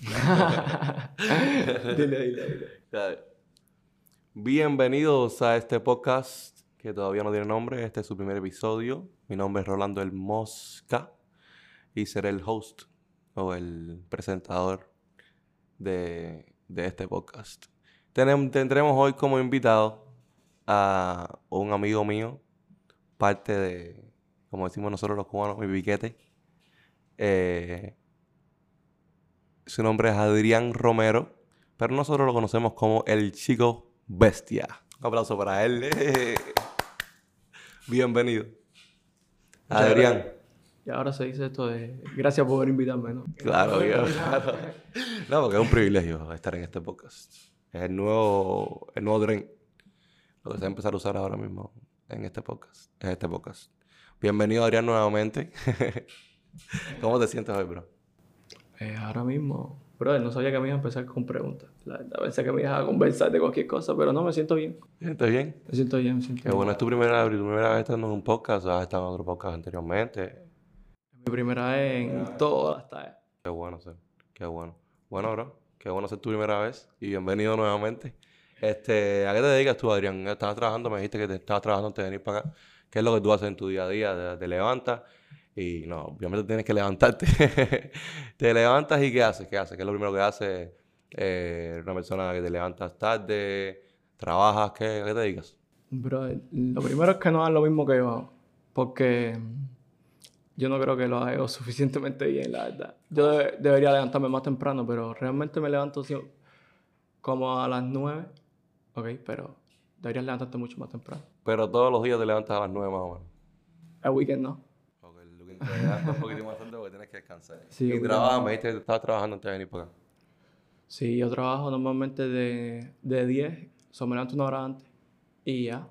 Dale. Bienvenidos a este podcast que todavía no tiene nombre. Este es su primer episodio. Mi nombre es Rolando el Mosca y seré el host o el presentador de este podcast. Tendremos hoy como invitado a un amigo mío, parte de, como decimos nosotros los cubanos, mi piquete. Su nombre es Adrián Romero, pero nosotros lo conocemos como el Chico Bestia. Un aplauso para él. Bienvenido. Muchas Adrián. gracias. Y ahora se dice esto de gracias por invitarme, ¿no? Claro. No, porque es un privilegio estar en este podcast. Es el nuevo tren. Lo que se va a empezar a usar ahora mismo en este podcast. Bienvenido, Adrián, nuevamente. ¿Cómo te sientes hoy, bro? Ahora mismo, brother, no sabía que me iba a empezar con preguntas. La verdad, pensé que me ibas a conversar de cualquier cosa, pero no, me siento bien. ¿Te sientes bien? Me siento bien, me siento Qué bien. bueno. ¿Es tu primera vez estando en un podcast o has estado en otro podcast anteriormente? Es mi primera vez en todas las tallas. Qué bueno ser. Qué bueno. Bueno, bro. Qué bueno ser tu primera vez. Y bienvenido nuevamente. ¿A qué te dedicas tú, Adrián? ¿Estabas trabajando? Me dijiste que te estabas trabajando antes de venir para acá. ¿Qué es lo que tú haces en tu día a día? Te levantas y no, obviamente tienes que levantarte. Te levantas y ¿qué haces? ¿Qué haces? ¿Qué es lo primero que haces? Una persona que te levantas tarde, trabajas, ¿a qué te dedicas? Brother, lo primero es que no hagan lo mismo que yo hago, porque yo no creo que lo haga suficientemente bien, la verdad. Yo debería levantarme más temprano, pero realmente me levanto como a las 9. Ok, pero deberías levantarte mucho más temprano. Pero todos los días te levantas a las 9 más o menos. El weekend no. Ok, el weekend te levantas un poquito más tarde porque tienes que descansar. Sí, Y trabajas, me dijiste que estabas trabajando antes de venir para acá. Sí, yo trabajo normalmente de 10, me levanto una hora antes y ya.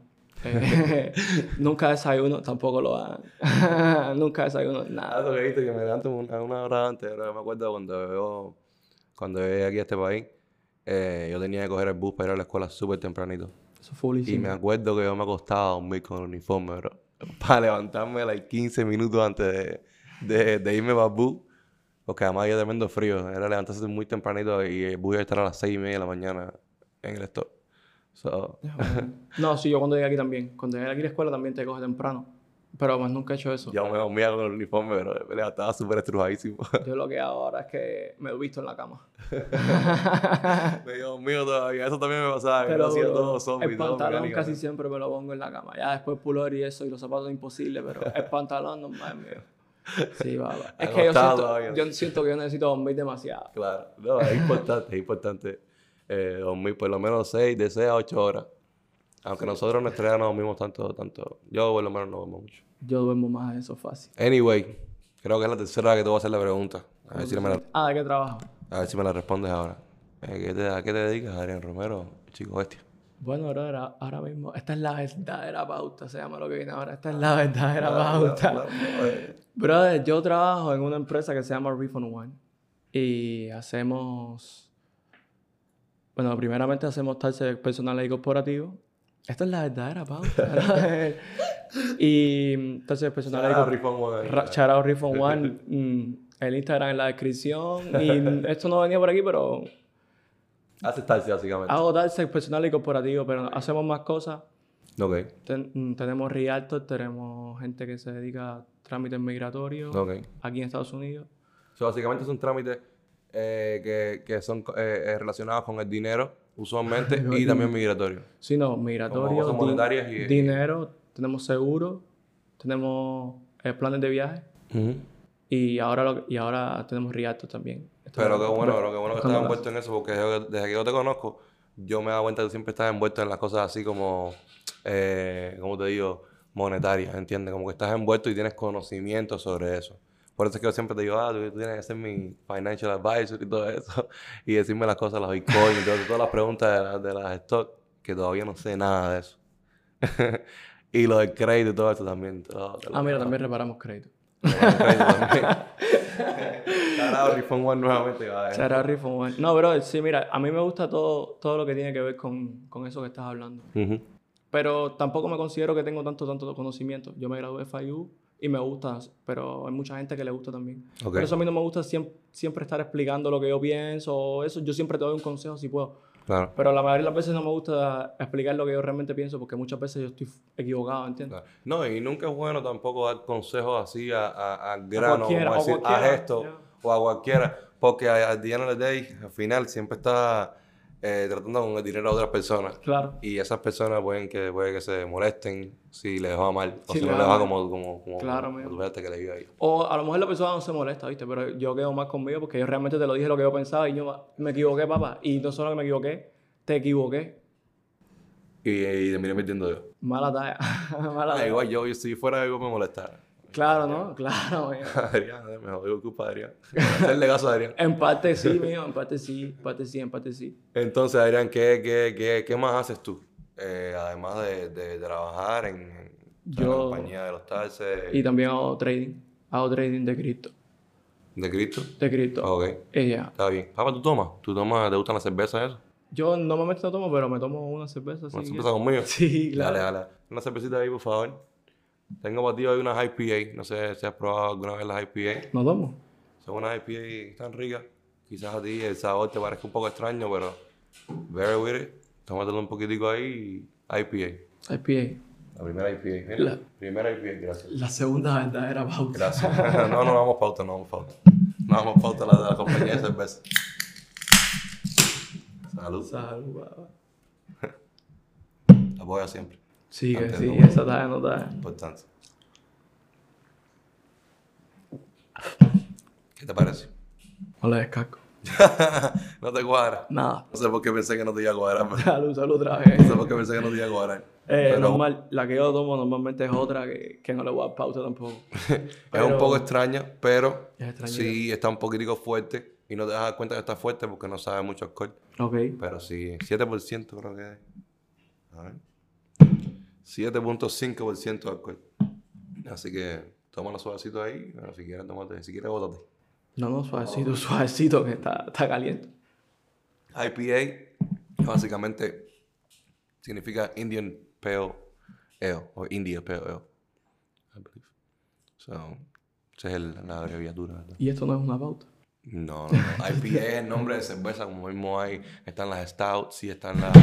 Nunca desayuno, tampoco lo hagan. Nunca desayuno, nada. Lo que viste, que me levanto una hora antes. Ahora me acuerdo cuando llegué aquí a este país, yo tenía que coger el bus para ir a la escuela súper tempranito. Eso fue Y me acuerdo que yo me acostaba a dormir con el uniforme, bro. Para levantarme like 15 minutos antes de irme para el bus. Porque además había tremendo frío. Era levantarse muy tempranito y el bus iba a estar a las 6:30 de la mañana en el stop. So, No, sí, yo cuando llegué aquí también. Cuando llegué aquí a la escuela también te coge temprano. Pero más nunca he hecho eso. yo me dormía con el uniforme, pero me levantaba súper estrujadísimo. Yo lo que hago ahora es que me he visto en la cama. Medio mío todavía. Eso también me pasaba. Que Te lo lo hacía juro. todo zombie, El todo pantalón mecánico. casi siempre me lo pongo en la cama. Ya después pullover y eso y los zapatos es imposible, pero el pantalón no es mío. Sí, va. Es que yo siento que yo necesito dormir demasiado. Claro. No, es importante dormir por lo menos de 6 a 8 horas. Aunque nosotros en nuestra edad no dormimos tanto. Yo por lo menos no duermo mucho. Yo duermo más, eso fácil. Anyway, creo que es la tercera vez que te voy a hacer la pregunta. A ver ¿De qué trabajo? si me la respondes ahora. ¿A qué te dedicas, Adrián Romero, Chico Bestia? Bueno, ahora mismo, esta es la verdadera pauta, se llama lo que viene ahora. Esta es la verdadera pauta. Brother, yo trabajo en una empresa que se llama Refund One. Y primeramente hacemos taxes personales y corporativos. Esta es la verdadera pauta. Y taxes personales y corporativos. Shout out Refund One. El Instagram en la descripción. Y esto no venía por aquí, pero... Haces taxi, básicamente. Hago taxes personales y corporativos, pero hacemos más cosas. Ok. Tenemos realtors, tenemos gente que se dedica a trámites migratorios aquí en Estados Unidos. Básicamente son trámites que son relacionados con el dinero, usualmente, y también migratorios. Sí, no, migratorios, cosas monetarias y dinero, tenemos seguros, tenemos planes de viaje. Y ahora tenemos realtors también. Pero qué bueno que estás envuelto en eso, porque desde que yo te conozco, yo me he dado cuenta que tú siempre estás envuelto en las cosas así como, ¿cómo te digo? Monetarias, ¿entiendes? Como que estás envuelto y tienes conocimiento sobre eso. Por eso es que yo siempre te digo, tú tienes que ser mi financial advisor y todo eso, y decirme las cosas, los bitcoins y todas las preguntas de las stocks, que todavía no sé nada de eso. Y lo del crédito y todo eso también. Mira, también reparamos crédito. Charao Refund One nuevamente. Charao Refund One. No, bro, sí, mira, a mí me gusta todo lo que tiene que ver con eso que estás hablando. Pero tampoco me considero que tengo tanto conocimiento. Yo me gradué de FIU y me gusta, pero hay mucha gente que le gusta también. Ok. Por eso a mí no me gusta siempre estar explicando lo que yo pienso o eso. Yo siempre te doy un consejo si puedo. Claro. Pero la mayoría de las veces no me gusta explicar lo que yo realmente pienso porque muchas veces yo estoy equivocado, ¿entiendes? Claro. No, y nunca es bueno tampoco dar consejos así al grano, cualquiera, como decir, o cualquiera, haz esto, ya. o a cualquiera, porque al día de day, al final, siempre está tratando con el dinero de otras personas. Claro. Y esas personas puede que se molesten si les va mal, o Si si les no les va va mal. como Claro, tú mío. esperaste que le iba a ir. O a lo mejor la persona no se molesta, ¿viste? Pero yo quedo más conmigo porque yo realmente te lo dije lo que yo pensaba y yo me equivoqué, papá. Y no solo que me equivoqué, te equivoqué. Y terminé metiendo yo. Mala talla. Mala talla. Igual yo, si fuera algo me molestara. Claro, ¿no? Claro, mío. Adrián, me jodió culpa de Adrián. Hacerle caso a Adrián. En parte sí, mío. En parte sí. En parte sí, en parte sí. Entonces, Adrián, ¿qué más haces tú? Además de trabajar en la Yo- compañía de los taxes Y también hago trading. Hago trading de cripto. de Cristo. De cripto. Ok, Y ya. está bien. Papá, ¿tú tomas? ¿Te gustan las cervezas eso? Yo normalmente no tomo, pero me tomo una cerveza. ¿Una así cerveza conmigo? Sí, claro. Dale. Una cervecita ahí, por favor. Tengo para ti hoy unas IPA. No sé si has probado alguna vez las IPA. ¿No tomo? Son unas IPA tan ricas. Quizás a ti el sabor te parezca un poco extraño, pero bear with it. Tómatelo un poquitico ahí y IPA. IPA. La primera IPA. Mira, La- primera IPA, gracias. La segunda verdadera pauta. Gracias. No damos pauta. No damos pauta a la compañía de cerveza. Salud. Salud, papá. Apoya siempre. Sí, que Antes sí. de- Esa talla no está. Importante. ¿Qué te parece? No le descasco. No te cuadra. Nada. No sé por qué pensé que no te iba a cuadrar. pero- Salud otra vez. No sé por qué pensé que no te iba a cuadrar. Pero Normal, la que yo tomo normalmente es otra que no le voy a dar pauta tampoco. es un poco extraña, pero Es extrañita. sí está un poquitico fuerte. Y no te das cuenta que está fuerte porque no sabe mucho alcohol. Ok. Pero sí, 7% creo que es. A ver. 7.5% de alcohol. Así que tómalo suavecito ahí. Pero si quieres, tómate. Si quieres, bótate. No, suavecito, suavecito, que está caliente. IPA básicamente significa Indian Pale Ale o India Pale Ale, I believe. So, esa es la abreviatura, ¿verdad? Y esto no es una pauta. No. IPA es el nombre de cerveza, como mismo hay. Están las Stouts y están las...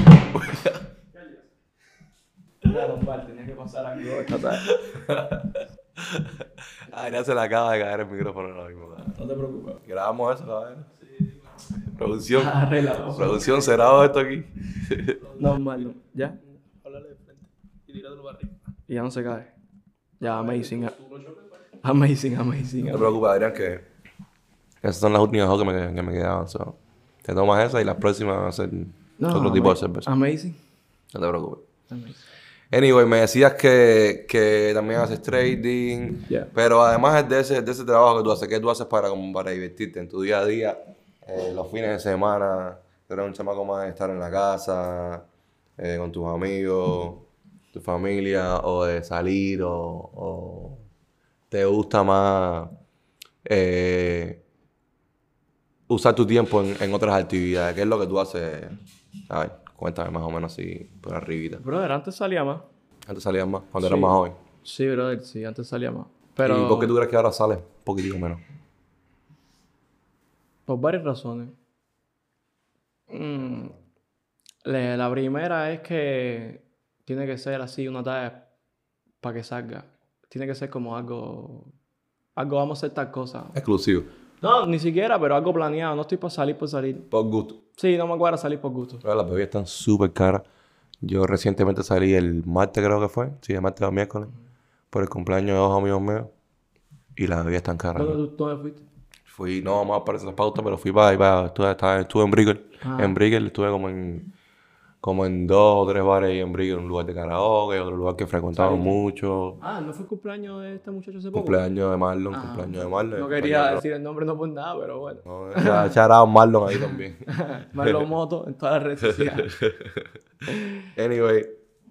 Claro, normal, tenía que pasar algo esta tarde. Ya se le acaba de caer el micrófono ahora mismo. No te preocupes. Grabamos eso, cabrón. Producción. Arréglalo. Producción, cerrado esto aquí. Normal, ¿no? ¿Ya? Háblale de frente y tíratelo para arriba. Y ya no se cae. Ya, amazing. Amazing. No te preocupes, Adrián, que esas son las últimas dos que me quedaban. So. Te tomas esa y las próximas van a ser otro tipo de cerveza. Amazing. No te preocupes. Amazing. Anyway, me decías que también haces trading, Yeah. pero además de ese trabajo que tú haces, ¿qué tú haces como para divertirte en tu día a día? Los fines de semana, tú eres un chamaco más de estar en la casa, con tus amigos, tu familia, o de salir, o te gusta más usar tu tiempo en otras actividades. ¿Qué es lo que tú haces? A ver, cuéntame más o menos así por arribita. Brother, antes salía más. Antes salías más, cuando eras más joven. Sí, brother, sí, antes salía más. Pero ¿Y por qué tú crees que ahora sales un poquitico menos? por varias razones. La primera es que tiene que ser así una talla para que salga. Tiene que ser como algo, vamos a hacer tal cosa. Exclusivo. No, ni siquiera, pero algo planeado. No estoy para salir por salir. Por gusto. Sí, no me acuerdo salir por gusto. Pero las bebidas están súper caras. Yo recientemente salí el martes, creo que fue. Sí, el martes o miércoles. Por el cumpleaños de dos amigos míos. Y las bebidas están caras. ¿Dónde fuiste? Fui, no vamos a aparecer esa pauta, pero fui para estuve en Brickell. En Brickell estuve como en 2 o 3 bares ahí en Brickell. Un lugar de karaoke, otro lugar que frecuentamos mucho. Ah, ¿no fue el cumpleaños de este muchacho hace poco? Cumpleaños de Marlon, cumpleaños de Marlon. No quería decir el nombre, no por nada, pero bueno. No, shout out Marlon ahí también. Marlon Moto en todas las redes sociales. Anyway.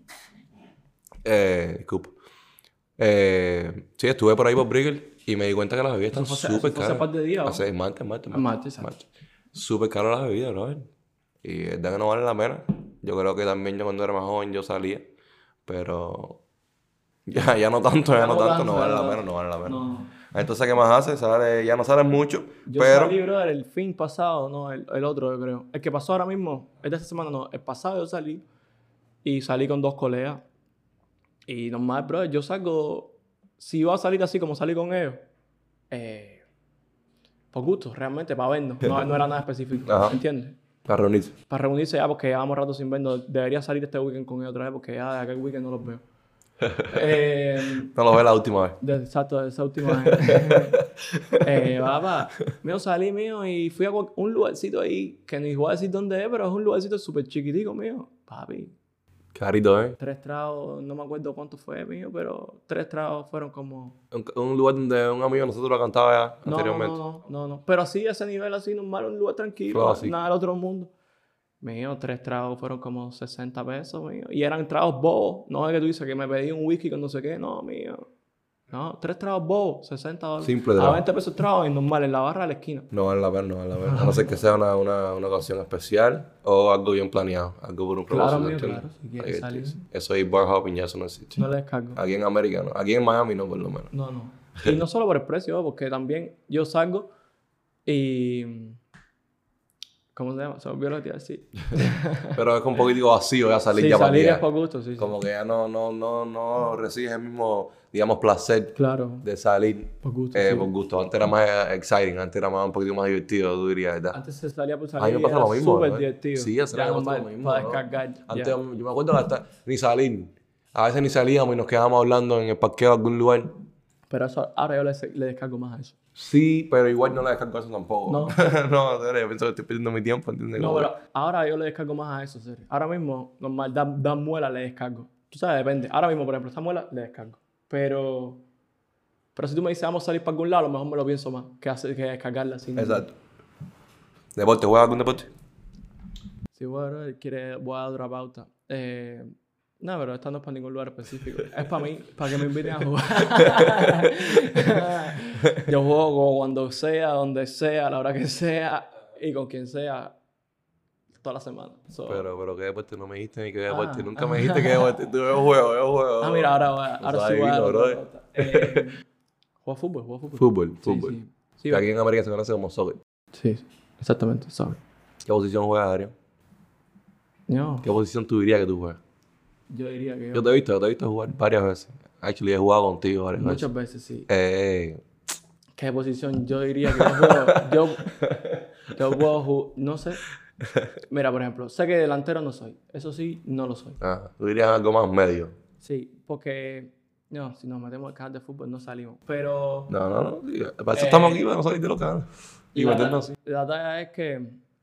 Disculpa. Sí, estuve por ahí por Brickell y me di cuenta que las bebidas están súper fue hace caras. par de días, ¿o? Hace martes. Exacto. Súper caras las bebidas, bro. Y es verdad que no vale la pena. Yo creo que también yo cuando era más joven yo salía. Pero Ya no tanto, Ya no no tanto, vale ya la no pena, no vale la pena. No. Entonces, ¿qué más haces? Ya no sales mucho, Yo pero... salí, brother, el fin pasado, no, el otro, yo creo. El que pasó ahora mismo, el de esta semana no, el pasado yo salí y salí con 2 colegas. Y normal, brother, yo salgo, si iba a salir así como salí con ellos, por gusto, realmente, para vernos. No era nada específico, Ajá. ¿entiendes? Para reunirse. Para reunirse ya, porque llevamos rato sin vernos. Debería salir este weekend con ellos otra vez, porque ya de aquel weekend no los veo. No lo ves la última vez. Exacto, de esa última vez. Papá, mío, salí mío y fui a un lugarcito ahí, que ni voy a decir dónde es, pero es un lugarcito súper chiquitico mío. Papi, Carito, ¿eh? 3 tragos, no me acuerdo cuánto fue mío, pero 3 tragos fueron como... Un lugar donde un amigo de nosotros lo cantaba ya anteriormente. No. Pero así, a ese nivel así, normal, un lugar tranquilo, Claro, sí. nada del otro mundo. Mío, 3 tragos fueron como 60 pesos, mío. Y eran tragos bobos. No es que tú dices que me pedí un whisky con no sé qué. No, mío. No, 3 tragos bobos, $60. Simple A trago. 20 pesos tragos y normal, en la barra de la esquina. No vale la pena, no vale la pena. A no ser que sea una ocasión especial o algo bien planeado. Algo por un Claro, propósito, mío, ¿entiendes? claro. Si quieres Ahí salir. está. Eso es bar hopping, ya eso no existe. No le descargo. Aquí en América no. Aquí en Miami no, por lo menos. No. Y no solo por el precio, porque también yo salgo y... ¿Cómo se llama? Se me olvidó lo que te iba a decir. Pero es un poquitico vacío ya salir Sí, ya para salir aquí, es ya. por gusto, sí. Como que ya no recibes el mismo, digamos, placer Claro, de salir por gusto. por gusto. Antes era más exciting, antes era más un poquito más divertido, tú dirías, ¿verdad? Antes se salía por A salir mí y me pasa era lo mismo, súper ¿no? divertido. Sí, hace ya me pasa normal, lo mismo. para ¿no? descargar. Antes ya. yo me acuerdo que hasta ni salir. A veces ni salíamos y nos quedábamos hablando en el parqueo de algún lugar. Pero eso, ahora yo le descargo más a eso. Sí, pero igual no le descargo eso tampoco. No. No, en serio, yo pienso que estoy perdiendo mi tiempo, ¿entiendes? No, Como pero ahora yo le descargo más a eso, serio. Ahora mismo, normal, da muela le descargo. Tú sabes, depende. Ahora mismo, por ejemplo, esta muela le descargo. Pero si tú me dices vamos a salir para algún lado, a lo mejor me lo pienso más que descargarla así. ¿no? Exacto. ¿Deporte? ¿Juegas algún deporte? Sí, bueno, voy a dar otra pauta. No, pero esta no es para ningún lugar específico. Es para mí, para que me inviten a jugar. Yo juego cuando sea, donde sea, a la hora que sea y con quien sea, toda la semana. So, Pero ¿qué deporte? No me dijiste ni qué deporte. Nunca me dijiste qué deporte. Tú yo juego. mira, ahora sí voy a dar otra pauta. Juego fútbol. Fútbol. Sí, Que aquí en América se conoce como soccer. sí, exactamente, sorry. ¿Qué posición juegas, Adrián? No, ¿Qué posición tú dirías que tú juegas? yo diría que Yo te he visto jugar varias veces. Actually, he jugado contigo varias muchas veces. veces, sí. Eh, ¿Qué posición? Yo diría que yo puedo jugar, no sé. Mira, por ejemplo, sé que delantero no soy. Eso sí, no lo soy. tú dirías algo más medio. Sí, porque no, si nos metemos al canal de fútbol no salimos. Pero No. Para eso estamos aquí, para no salir de los canales. Y meternos así. la talla es que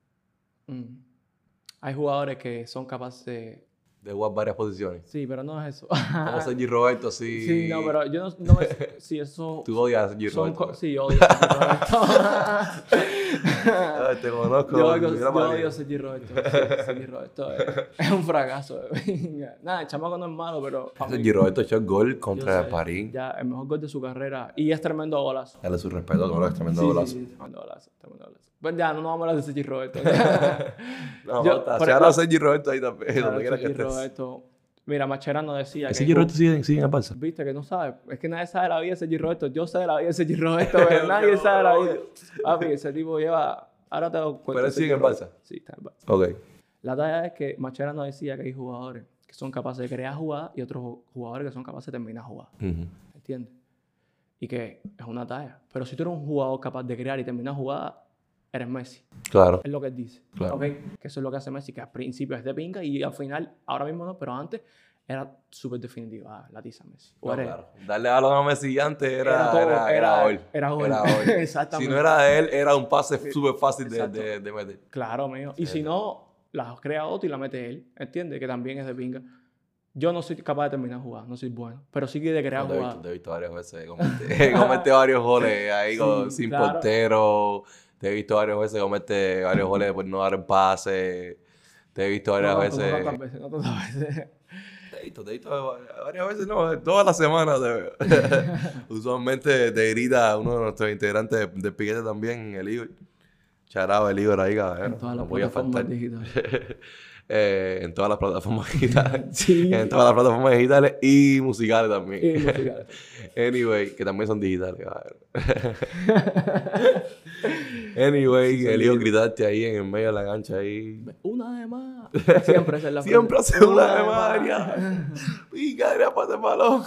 hay jugadores que son capaces de... De jugar varias posiciones. Sí, pero no es eso. Como Sergi Roberto, así. Sí, no, pero yo no me... Sí, eso... Tú odias a Sergi son Roberto. sí, odio a Sergi Roberto. Ay, te conozco. Yo mira para odio a ti. Sergi Roberto. Sí, Sergi Roberto es un fracaso. Nada, el chamaco no es malo, pero... para mí, Sergi Roberto echó el gol yo contra el sé, París. Ya, el mejor gol de su carrera. Y es tremendo golazo. Dale su respeto, que es tremendo Sí, golazo. sí, tremendo golazo. Pues ya, no vamos a hablar de Sergi Roberto. No, Yo, basta. por Se habla ejemplo, de Sergi Roberto ahí también, Claro, donde quiera que Sergi estés. Roberto. Mira, Mascherano decía que... Sergi Roberto sigue en el Barça. Viste que no sabe. Es que nadie sabe la vida de Sergi Roberto. Yo sé de la vida de Sergi Roberto, pero nadie sabe la vida. Papi, ese tipo lleva... Ahora te doy cuenta. Pero él sigue en Sergi Barça. Roberto. Sí, está en Barça. Ok. La talla es que Mascherano decía que hay jugadores que son capaces de crear jugadas y otros jugadores que son capaces de terminar jugadas. Ujú. ¿Entiendes? Y que es una talla. Pero si tú eres un jugador capaz de crear y terminar jugadas, eres Messi. Claro. Es lo que él dice. Claro. ¿Ok? Que eso es lo que hace Messi, que al principio es de pinga y al final, ahora mismo no, pero antes era súper definitiva la tiza Messi. O No, eres- claro. Darle balón a Messi antes Era todo, era gol. era gol. Era gol. Exactamente. Si no era de él, era un pase súper fácil Exacto. de meter. Claro, mío. Y si no, la crea otro y la mete él. ¿Entiendes? Que también es de pinga. Yo no soy capaz de terminar jugadas, no soy bueno. Pero sí que de crear jugadas. Te he visto varias veces. Comete varios goles ahí Sí, sin claro. portero. Te he visto varias veces comete varios goles por no dar el pase. Te he visto varias veces. No tantas veces, no tantas veces. Te he visto varias veces, no, todas las semanas te veo. Usualmente te grita uno de nuestros integrantes del piquete también, el Igor. Charado el Igor ahí, cabrón. En todas las No voy a plataformas faltar. digitales. En todas las plataformas digitales. Sí. En todas las plataformas digitales y musicales también. Y musicales. Anyway, que también son digitales. Anyway, Sí, el hijo gritaste ahí en el medio de la cancha ahí. Una de más. Siempre esa es la frase. Siempre hace una de María. Pica, era para balón.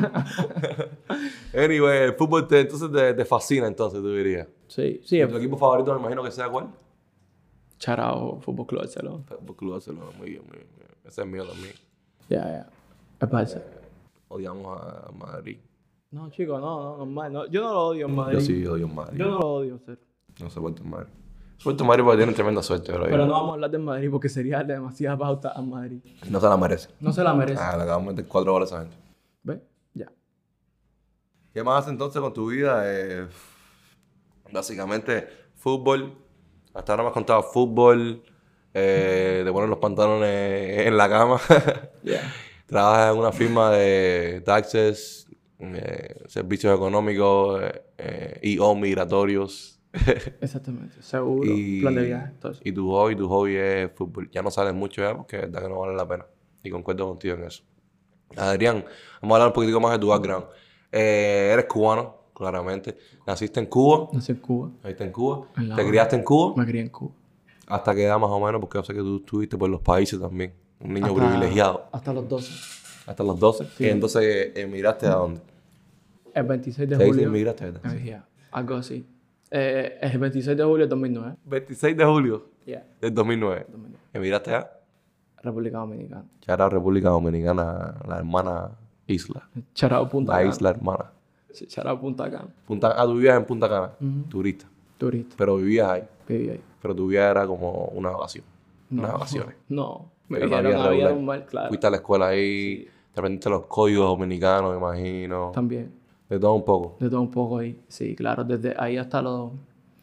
Anyway, el fútbol entonces te fascina, entonces, tú dirías. Sí, sí. ¿Y tu equipo favorito me imagino que sea cuál? Charao, Fútbol Club Barcelona. Fútbol Club Barcelona, muy bien, muy bien. Ese es mío también. Ya. Es Barça. Odiamos a Madrid. No, chicos, no, normal. No, yo no lo odio en Madrid. Yo sí odio a Madrid. Yo no lo odio, ser. No soporto en Madrid. Soporto en Madrid porque tienen tremenda suerte, bro. Pero no vamos a hablar de Madrid porque sería darle demasiada pauta a Madrid. No se la merece. No se la merece. Ah, le acabamos de meter 4 goles a esa gente. ¿Ves? Ya. ¿Qué más haces entonces con tu vida? Básicamente, fútbol. Hasta ahora me has contado fútbol, de poner los pantalones en la cama. Ya. Trabajas en una firma de taxes, servicios económicos, I.O. migratorios. Exactamente. Seguro. Plan de viaje. Todo eso. Y tu hobby es fútbol. Ya no sales mucho ya porque es verdad que no vale la pena. Y concuerdo contigo en eso. Adrián, vamos a hablar un poquitico más de tu background. Eres cubano, claramente. Naciste en Cuba. Nací en Cuba. Naciste en Cuba. En La ¿Te Habana. criaste en Cuba? Me crié en Cuba. ¿Hasta qué edad más o menos? Porque yo sé que tú estuviste por los países también. Un niño privilegiado. Hasta los 12. Hasta los 12. Sí. Y entonces emigraste a dónde. El 26 de ¿Se dice julio. emigraste, verdad? Ya. Algo así. El 26 de julio de 2009. 26 de julio Ya. del 2009. 2009. Emigraste a República Dominicana. Chara, República Dominicana, la hermana isla. Charao Punta La Cana. isla hermana. Charao Punta Cana. Tú vivías en Punta Cana, turista. Turista. Pero vivías ahí. Viví ahí. Pero tu vida era como una vacación. Unas vacaciones. No. Me Era dijeron una vida regular. normal, claro. Fuiste a la escuela ahí, te aprendiste los códigos dominicanos, me imagino. También. De todo un poco. De todo un poco ahí. Sí, claro. Desde ahí hasta los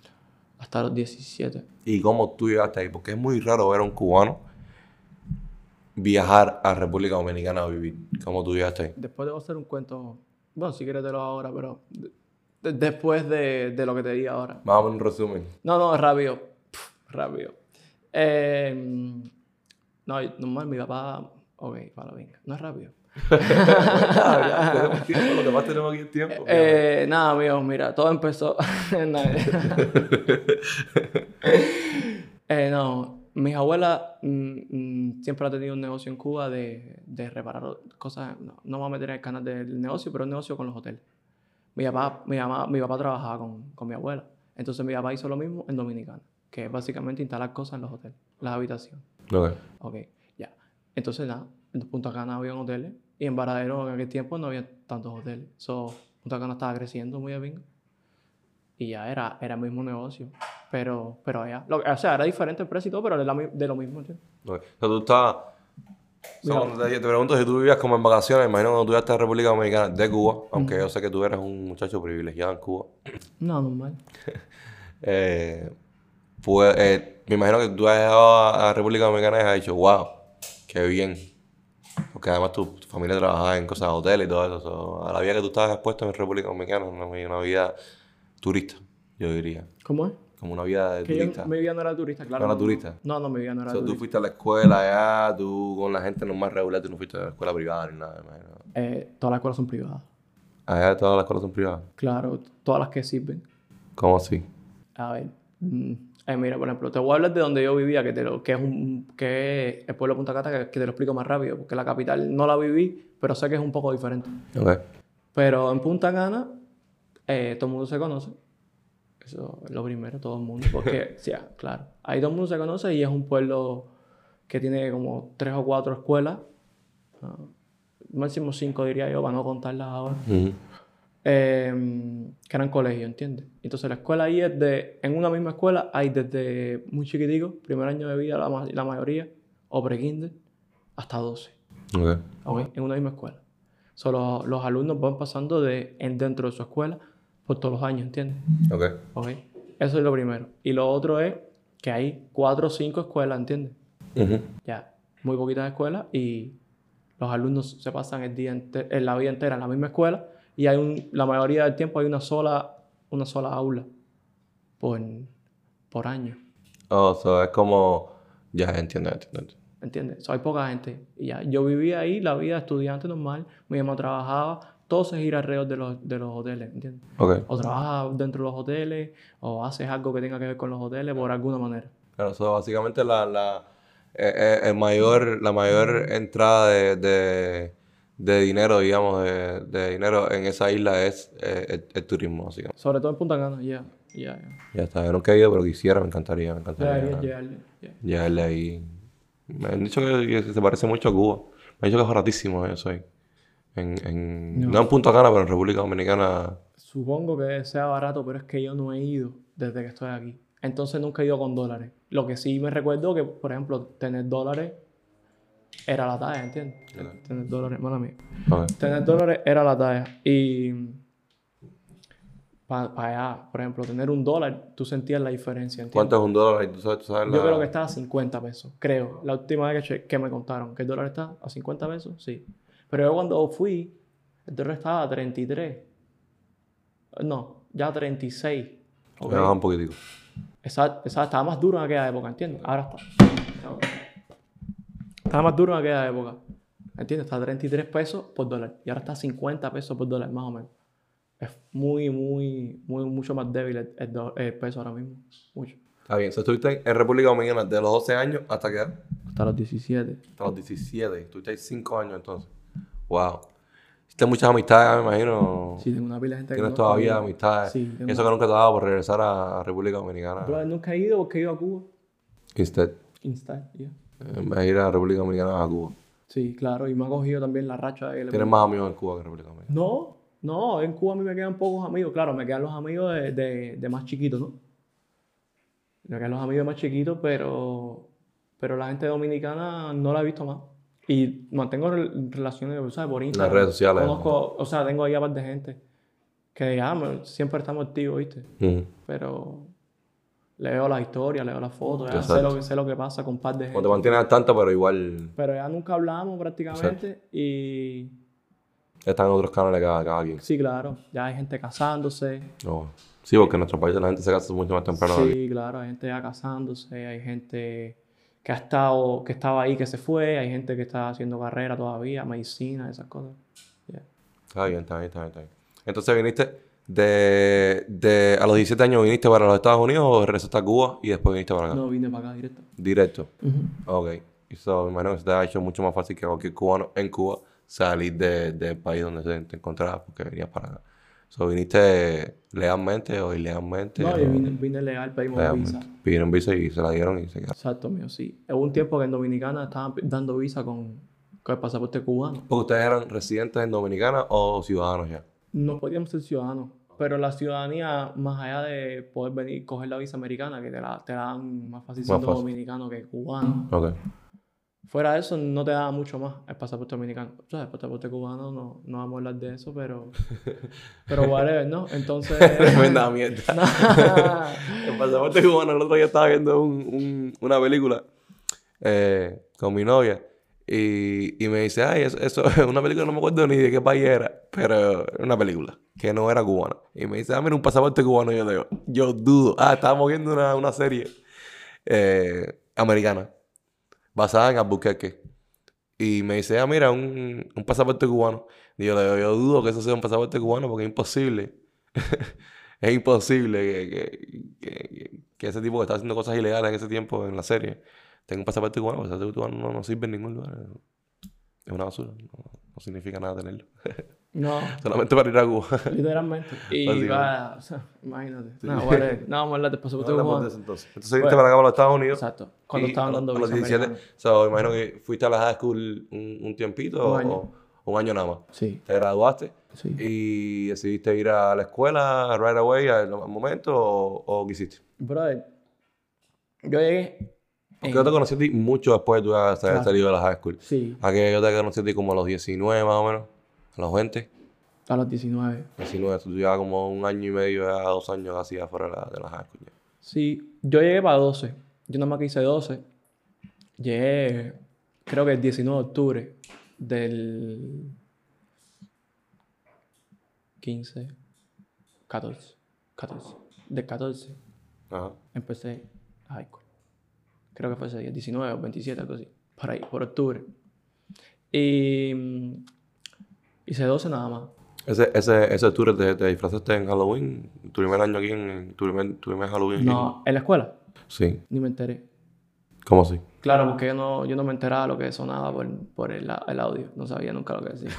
17. ¿Y cómo tú llegaste ahí? Porque es muy raro ver a un cubano viajar a República Dominicana a vivir. ¿Cómo tú llegaste ahí? Después debo hacer un cuento. Bueno, si quieres te lo hago ahora, pero después de lo que te diga ahora. Vamos a ver un resumen. No, rápido. Rápido. No, normal, mi papá. Ok, para venga. No es rápido. Tenemos tiempo, lo que más tenemos aquí es tiempo. Nada, amigos, mira, todo empezó. No, mis abuelas siempre han tenido un negocio en Cuba de reparar cosas. No me voy a meter en el canal del negocio, pero un negocio con los hoteles. Mi papá trabajaba con mi abuela. Entonces mi papá hizo lo mismo en Dominicana, que es básicamente instalar cosas en los hoteles, las habitaciones. Ok, ya. Entonces nada, en Punta Cana había hoteles y en Varadero en aquel tiempo no había tantos hoteles. Punta Cana estaba creciendo muy bien y ya era el mismo negocio. Pero allá, o sea, era diferente el precio y todo, pero era de lo mismo, ¿entiendes? O sea, tú estabas... te pregunto si tú vivías como en vacaciones, imagino cuando tú llegaste a República Dominicana de Cuba, aunque yo sé que tú eres un muchacho privilegiado en Cuba. No, normal. Me imagino que tú has llegado a República Dominicana y has dicho, wow, qué bien. Porque además tu familia trabajaba en cosas de hoteles y todo eso. So, a la vida que tú estabas expuesto en República Dominicana, una vida turista, yo diría. ¿Cómo es? Como una vida de turista. Mi vida no era turista, claro. ¿No era turista? No, mi vida no era So, turista. tú fuiste a la escuela allá, tú con la gente normal regular, tú no fuiste a la escuela privada ni nada, me imagino. Todas las escuelas son privadas. Allá todas las escuelas son privadas. Claro, todas las que sirven. ¿Cómo así? A ver. Mira, por ejemplo, te voy a hablar de donde yo vivía, que es el pueblo de Punta Cana, que te lo explico más rápido, porque la capital no la viví, pero sé que es un poco diferente. Ok. Pero en Punta Cana, todo el mundo se conoce. Eso es lo primero, todo el mundo, porque, sí, claro, ahí todo el mundo se conoce y es un pueblo que tiene como 3 o 4 escuelas, máximo 5 diría yo, para no contarlas ahora. Que eran colegios, ¿entiendes? Entonces la escuela ahí en una misma escuela hay desde muy chiquitico, primer año de vida la mayoría, o pre-kinder, hasta 12. Okay. En una misma escuela. Los alumnos van pasando dentro de su escuela por todos los años, ¿entiendes? Ok. Eso es lo primero. Y lo otro es que hay 4 o 5 escuelas, ¿entiendes? Ya, muy poquitas escuelas y los alumnos se pasan la vida entera en la misma escuela. Y la mayoría del tiempo hay una sola aula por año. Oh, so es como... Ya entiendo. ¿entiendes? So, hay poca gente. Y ya, yo vivía ahí la vida de estudiante normal, mi mamá trabajaba, todo se gira alrededor de los hoteles, ¿entiendes? Ok. O trabajas dentro de los hoteles, o haces algo que tenga que ver con los hoteles por alguna manera. Claro, eso básicamente la mayor entrada de dinero, digamos, de dinero en esa isla es el turismo, básicamente. Sobre todo en Punta Cana, ya. Ya está, yo nunca he ido, pero quisiera, me encantaría Llegarle. llegarle ahí. Me han dicho que se parece mucho a Cuba. Me han dicho que es baratísimo eso ahí. No en Punta Cana, pero en República Dominicana. Supongo que sea barato, pero es que yo no he ido desde que estoy aquí. Entonces nunca he ido con dólares. Lo que sí me recuerdo que, por ejemplo, tener dólares era la talla, ¿entiendes? Ok. Tener dólares, mala mía. Ok. Tener dólares era la talla. Y para allá, por ejemplo, tener $1, tú sentías la diferencia, ¿entiendes? ¿Cuánto es $1 ahí? ¿Tú sabes Yo creo que está a 50 pesos, creo. La última vez que me contaron que el dólar está a 50 pesos, sí. Pero yo cuando fui, el dólar estaba a 33. No, ya 36. Me baja un poquitico. Estaba más duro en aquella época, ¿entiendes? Ahora está. Estaba más duro en aquella época. ¿Entiendes? Está a 33 pesos por dólar. Y ahora está a 50 pesos por dólar, más o menos. Es mucho más débil el peso ahora mismo. Mucho. Está bien. So, estuviste en República Dominicana de los 12 años hasta qué edad? Hasta los 17. Hasta los 17. Estuviste ahí 5 años entonces. Wow. Hiciste muchas amistades, me imagino. Sí, tengo una pila de gente que Tienes conozco todavía ahí. amistades. Sí, tengo Eso que nunca te ha dado por regresar a República Dominicana. Pero nunca he ido porque he ido a Cuba. Instead, Insta, yeah. en vez de ir a República Dominicana, a Cuba. Sí, claro. Y me ha cogido también la racha de... ¿Tienes más amigos en Cuba que en República Dominicana? No. En Cuba a mí me quedan pocos amigos. Claro, me quedan los amigos de más chiquitos, ¿no? Me quedan los amigos más chiquitos, pero la gente dominicana no la he visto más. Y mantengo relaciones, ¿sabes? Por Instagram. Las redes sociales. Conozco, o sea, tengo ahí a par de gente que siempre estamos activos, ¿viste? Ujú. Pero leo las historias, leo las fotos, ya Exacto. sé lo que pasa con un par de gente. No te mantienes al tanto, pero igual Pero ya nunca hablamos prácticamente y están en otros canales cada quien. sí, claro, ya hay gente casándose. No. Sí, porque en nuestro país la gente se casa mucho más temprano. que aquí. Sí, claro, hay gente ya casándose, hay gente que estaba ahí, que se fue, hay gente que está haciendo carrera todavía, medicina, esas cosas. Yeah. Está bien. Entonces viniste a los 17 años viniste para los Estados Unidos o regresaste a Cuba y después viniste para acá. No, vine para acá directo. Directo. Ok. Eso me imagino que se te ha hecho mucho más fácil que cualquier cubano en Cuba salir del país donde te encontrabas porque venías para acá. ¿Viniste legalmente o ilegalmente? No, o yo vine legal, pedimos legalmente? visa. Pidieron visa y se la dieron y se quedaron. Exacto, mío, sí. Hubo un tiempo que en Dominicana estaban dando visa con el pasaporte cubano. ¿Porque ustedes eran residentes en Dominicana o ciudadanos ya? No podíamos ser ciudadanos, pero la ciudadanía, más allá de poder venir coger la visa americana, que te la dan más fácil siendo fácil. dominicano que cubano. Ok. Fuera de eso, no te da mucho más el pasaporte dominicano. O sea, el pasaporte cubano no vamos a hablar de eso, pero whatever, ¿no? Entonces... Tremenda mierda. El pasaporte cubano, el otro día estaba viendo una película con mi novia y me dice, ay, eso es una película, no me acuerdo ni de qué país era, pero era una película que no era cubana. Y me dice, mira, un pasaporte cubano. Y yo le digo, yo dudo. Estábamos viendo una serie americana basada en Albuquerque. Y me dice, mira, un pasaporte cubano. Y yo le digo, yo dudo que eso sea un pasaporte cubano porque es imposible. Es imposible que ese tipo que está haciendo cosas ilegales en ese tiempo en la serie tenga un pasaporte cubano. El pasaporte cubano no sirve en ningún lugar. Es una basura. No significa nada tenerlo. No, Solamente para ir a Cuba. literalmente. Y Básicamente. va, o sea, imagínate. No, whatever. No, vamos a hablar del pasaporte No hablamos cubano. de eso entonces viniste para acá, para los Estados Unidos. Exacto. Cuando Y estaban dando a los visa 17. americana. So, imagino que fuiste a la high school un tiempito Un año. o un año nada más. Sí, Te graduaste sí. y decidiste ir a la escuela right away al momento o qué hiciste. Brother, yo llegué... Porque yo te conocí a ti mucho después de tú haber Claro. salido de la high school. Sí, Aquí yo te conocí a ti como a los 19 más o menos, a los 20. a los 19. 19, tú llevabas como un año y medio, ya 2 años casi afuera de la high school. Ya. Sí, yo llegué para 12. Yo nada más que hice 12. Llegué, creo que el 19 de octubre del 15, 14. Del 14 Ajá. empecé a high school. Creo que fue ese día, 19 o 27, algo así. por ahí, por octubre. Y hice 12 nada más. Ese tour te disfrazaste en Halloween, tu primer año aquí, tu primer Halloween. No, ¿en la escuela? Sí. Ni me enteré. ¿Cómo así? Claro, porque yo no me enteraba lo que sonaba por el audio. No sabía nunca lo que decía.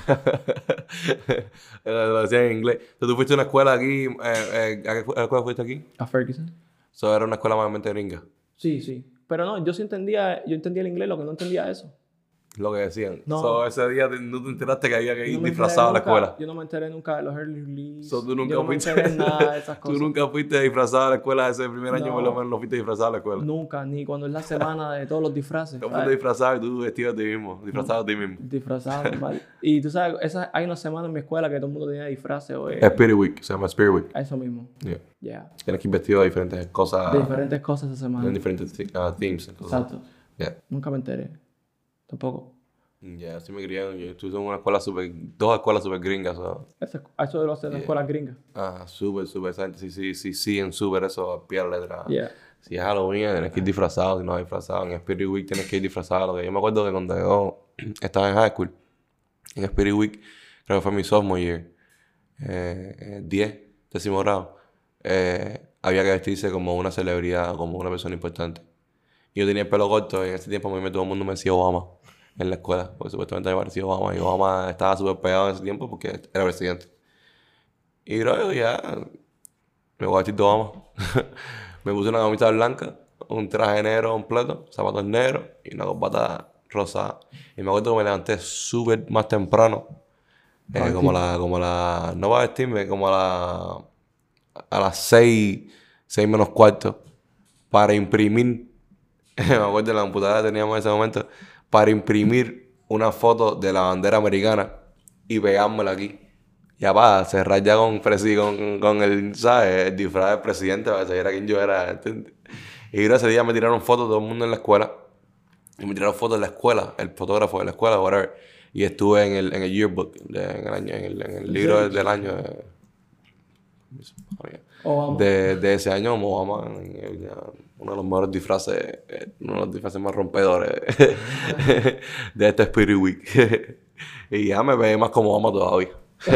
Lo decía en inglés. Entonces, ¿tú fuiste a una escuela aquí? ¿A qué escuela fuiste aquí? ¿A Ferguson? Eso era una escuela mayormente gringa. Sí, sí. Pero no, yo entendía el inglés, lo que no entendía eso. Lo que decían. No. So, ese día no te enteraste que había que Yo ir no me disfrazado a la enteré nunca- escuela. Yo no me enteré nunca de los early release. So, tú nunca yo no me fuiste. enteré nada de esas cosas. Tú nunca fuiste disfrazado a la escuela ese primer año, No. por lo menos no fuiste disfrazado a la escuela. Nunca, ni cuando es la semana de todos los disfraces. ¿Cómo te disfrazabas y tú vestido de ti mismo? Disfrazado de ti mismo. Disfrazado normal. Y tú sabes, hay una semana en mi escuela que todo el mundo tenía disfraces. Es Spirit Week, se llama Spirit Week. Eso mismo. Yeah. Yeah. Tienes que ir vestido de diferentes cosas. De diferentes cosas esa semana. En diferentes themes. Entonces, Exacto. yeah. Nunca me enteré. Tampoco. Ya, así me criaron. Yo estuve en una escuela dos escuelas súper gringas. Eso de lo hacen en las escuelas gringas. Súper. Esa gente sí, siguen súper eso a pie de la letra. Yeah. Si es Halloween, tienes que ir disfrazado. Si no vas disfrazado, en Spirit Week tienes que ir disfrazado. Yo me acuerdo que cuando yo estaba en high school, en Spirit Week, creo que fue mi sophomore year, 10, décimo grado, había que vestirse como una celebridad, como una persona importante. Y yo tenía el pelo corto y en ese tiempo a mí todo el mundo me decía Obama en la escuela, porque supuestamente me parecía Obama. Y Obama estaba súper pegado en ese tiempo porque era presidente. Y bro, yo ya me voy a vestir de Obama. Me puse una camisa blanca, un traje negro completo, zapatos negros y una corbata rosada. Y me acuerdo que me levanté súper más temprano, no va a vestirme, como a las 6 menos cuarto, para imprimir, me acuerdo de la computadora que teníamos en ese momento, para imprimir una foto de la bandera americana y pegármela aquí. Ya para cerrar ya con el, ¿sabes? El disfraz del presidente para que se viera quién yo era, ¿entiendes? Y ese día me tiraron fotos todo el mundo en la escuela. Y me tiraron fotos de la escuela, el fotógrafo de la escuela, whatever. Y estuve en el yearbook, en el libro del año. De ese año, Obama, uno de los mejores disfraces, uno de los disfraces más rompedores de este Spirit Week. Y ya me veía más como Obama todavía.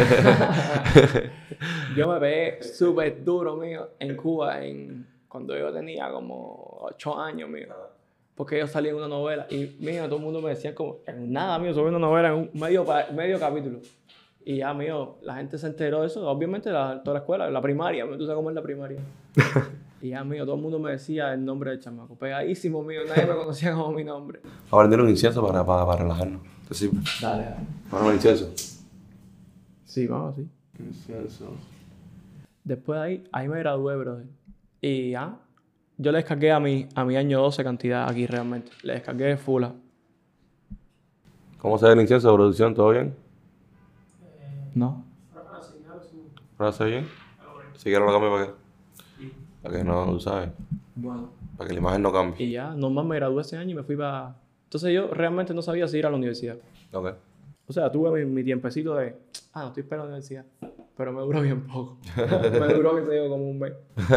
Yo me pegué súper duro, mío, en Cuba, cuando yo tenía como 8 años, mío. Porque yo salí en una novela y, mío, todo el mundo me decía como, en nada, mío, sobre una novela en un medio capítulo. Y ya, mío, la gente se enteró de eso, obviamente toda la escuela, la primaria, tú sabes cómo es la primaria. Y ya, mío, todo el mundo me decía el nombre del chamaco, pegadísimo, mío, nadie me conocía como mi nombre. A prender un incienso para relajarnos. Sí. Dale. Vamos al incienso. Sí, vamos, sí. Incienso. Después de ahí me gradué, brother. Y ya, yo le descargué a mi año 12 cantidad aquí realmente. Le descargué full. ¿Cómo se ve el incienso de producción? ¿Todo bien? No. ¿Ahora se ve bien? Si quiero lo cambio para qué. Para que no, tú sabes. Bueno. Para que la imagen no cambie. Y ya, nomás me gradué ese año y me fui para... Entonces yo realmente no sabía si ir a la universidad. Ok. O sea, tuve mi tiempecito de... no estoy esperando la universidad. Pero me duró bien poco. Me duró, que se dio como un mes.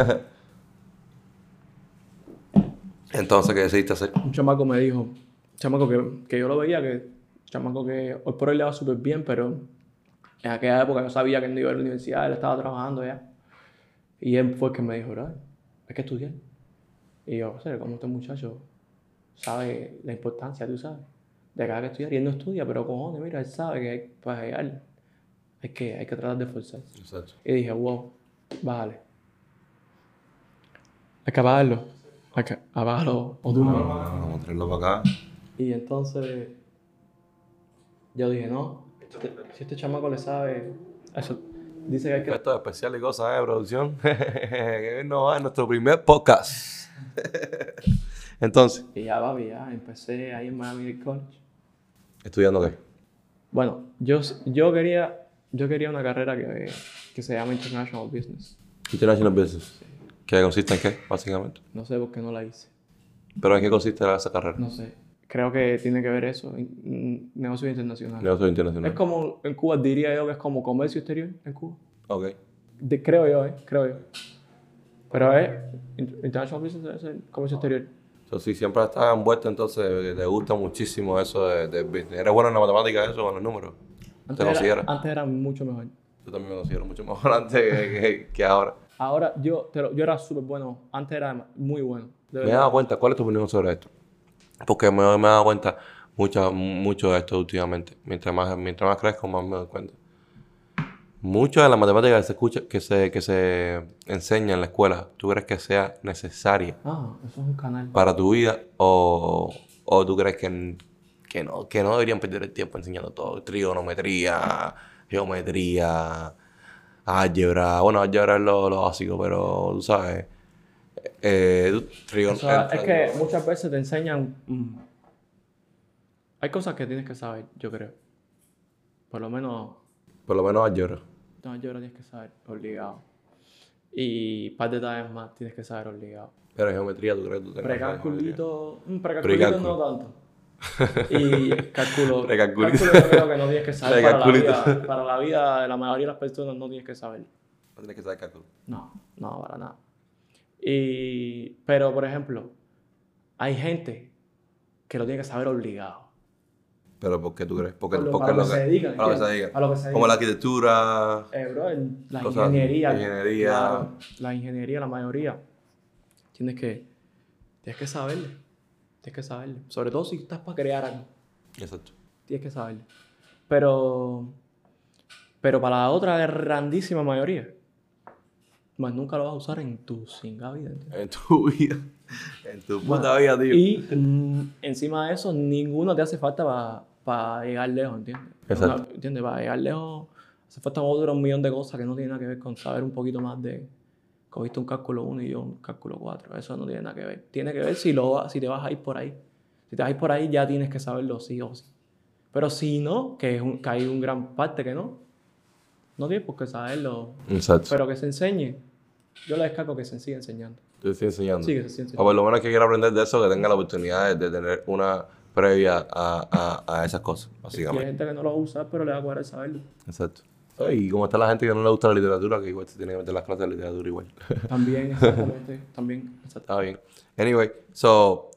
Entonces, ¿qué decidiste hacer? Un chamaco me dijo... Un chamaco que yo lo veía, chamaco que hoy por hoy le va súper bien, pero... En aquella época yo sabía que él no iba a la universidad, él estaba trabajando ya. Y él fue el que me dijo, bro, hay que estudiar. Y yo, como este muchacho sabe la importancia, tú sabes, de que hay que estudiar. Y él no estudia, pero cojones, mira, él sabe que para llegar hay que tratar de esforzarse. Exacto. Y dije, wow, bájale. Hay que apagarlo. Hay que apagarlo o tú no. Vamos a traerlo para acá. Y entonces yo dije, no, si este chamaco le sabe eso, dice que hay que... Esto es especial y cosas de producción. Que no va en nuestro primer podcast. Entonces. Y ya, papi, ya empecé ahí en Miami College. ¿Estudiando qué? Bueno, yo quería una carrera que se llama International Business. International Business. ¿Qué consiste en qué, básicamente? No sé por qué no la hice. ¿Pero en qué consiste esa carrera? No sé. Creo que tiene que ver eso, negocio internacional. Negocio internacional. Es como, en Cuba diría yo que es como comercio exterior en Cuba. Ok. Creo yo. Pero es International Business, es el comercio exterior. Entonces, si siempre estás envuelto, entonces te gusta muchísimo eso de business. ¿Eres bueno en la matemática, eso, con los números? ¿Te consideras? Antes era mucho mejor. Yo también me considero mucho mejor antes que ahora. Ahora yo era súper bueno. Antes era muy bueno. De Me he verdad. dado cuenta, ¿cuál es tu opinión sobre esto? Porque me he dado cuenta mucho de esto últimamente. Mientras más crezco, más me doy cuenta. Mucho de la matemática que se escucha, que se enseña en la escuela, ¿tú crees que sea necesaria Ah, eso es un canal. para tu vida o tú crees que no deberían perder el tiempo enseñando todo? Trigonometría, geometría, álgebra. Bueno, álgebra es lo básico, pero tú sabes. Es que muchas veces te enseñan. Hay cosas que tienes que saber, yo creo. Por lo menos. Por lo menos álgebra. No, yo creo que tienes que saber, obligado. Y un par de detalles más tienes que saber, obligado. Pero geometría, ¿tú crees que tú tengas Precalculito. Precalculito Precálculo. no tanto. Y cálculo. Precalculito. Cálculo yo creo que no tienes que saber Precalculito. para la vida de la mayoría de las personas no tienes que saber. No tienes que saber cálculo. No, para nada. Pero, por ejemplo, hay gente que lo tiene que saber obligado. ¿Pero por qué tú crees? Porque Para lo que se dedican. A lo que se dedican. A lo que se Como dedican. la arquitectura. Bro, la Cosas- ingeniería. ingeniería. Claro, la ingeniería, la mayoría. Tienes que saberle. Tienes que saberle. Sobre todo si estás para crear algo. Exacto. Tienes que saberle. Pero para la otra grandísima mayoría, más nunca lo vas a usar en tu singa vida. ¿Entiendes? En tu vida. En tu puta vida, tío. Y encima de eso, ninguno te hace falta para llegar lejos, ¿entiendes? Exacto. ¿Entiendes? Para llegar lejos hace falta otro millón de cosas que no tienen nada que ver con saber un poquito más de... Cogiste un cálculo 1 y yo un cálculo 4. Eso no tiene nada que ver. Tiene que ver si te vas a ir por ahí. Si te vas a ir por ahí ya tienes que saberlo sí o sí. Pero si no, que hay un gran parte que no tienes por qué saberlo. Exacto. Pero que se enseñe. Yo le descargo que se siga enseñando. Te estoy enseñando. Sí, que se siga O enseñando. por lo menos que quiera aprender de eso, que tenga la oportunidad de tener una previa a esas cosas, Y hay básicamente. gente que no lo usa, pero le va a cuadrar saberlo. Exacto. Y como está la gente que no le gusta la literatura, que igual se tiene que meter las clases de literatura igual. También, exactamente. También, exacto. Está bien. Anyway, so,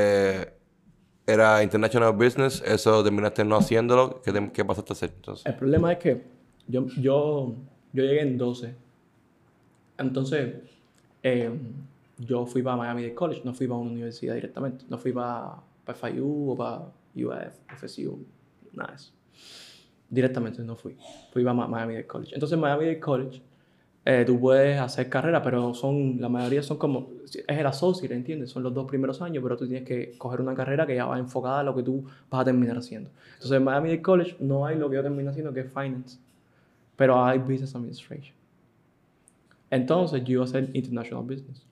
era International Business, eso terminaste no haciéndolo, ¿qué pasaste a hacer entonces? El problema es que yo llegué en 12. Entonces, yo fui para Miami-Dade College, no fui para una universidad directamente. No fui para FIU o para UF, FSU, nada de eso. Directamente no fui. Fui para Miami-Dade College. Entonces, Miami-Dade College, tú puedes hacer carrera, pero la mayoría son como... Es el associate, ¿entiendes? Son los 2 primeros años, pero tú tienes que coger una carrera que ya va enfocada a lo que tú vas a terminar haciendo. Entonces, en Miami-Dade College no hay lo que yo termino haciendo, que es Finance. Pero hay Business Administration. Entonces, yo iba a hacer International Business.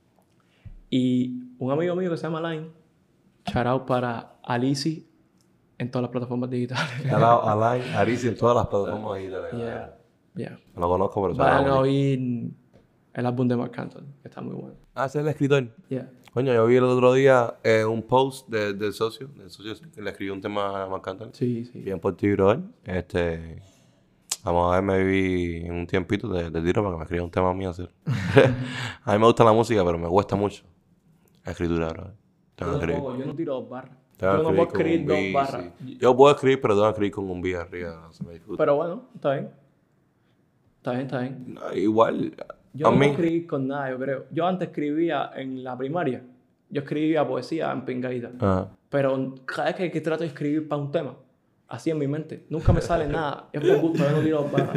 Y un amigo mío que se llama Alain, shout out para Alici en todas las plataformas digitales. Alain Arisi en todas las plataformas digitales. Yeah. No lo conozco, pero Vayan a sabe. oír el álbum de Marc Anthony, que está muy bueno. Ah, ese es el escritor. Yeah. Coño, yo vi el otro día un post del socio que le escribió un tema a Marc Anthony. Sí. Bien por ti, brother. Vamos a ver, me vi un tiempito de tiro para que me escriba un tema mío hacer. A mí me gusta la música, pero me cuesta mucho la escritura, brother. Tengo que escribir. Yo no tiro 2 barras. Tengo Yo no que puedo con un escribir 2 beat, barras. sí. Yo puedo escribir, pero tengo que escribir con un beat arriba. Se me disfruta. Pero bueno, está bien. Está bien. No, igual, Yo a no mí... puedo escribir con nada, yo creo. Yo antes escribía en la primaria. Yo escribía poesía en pingadita. Ajá. Pero cada vez que trato de escribir para un tema, así en mi mente, nunca me sale nada. Es por gusto, yo no tiro barras.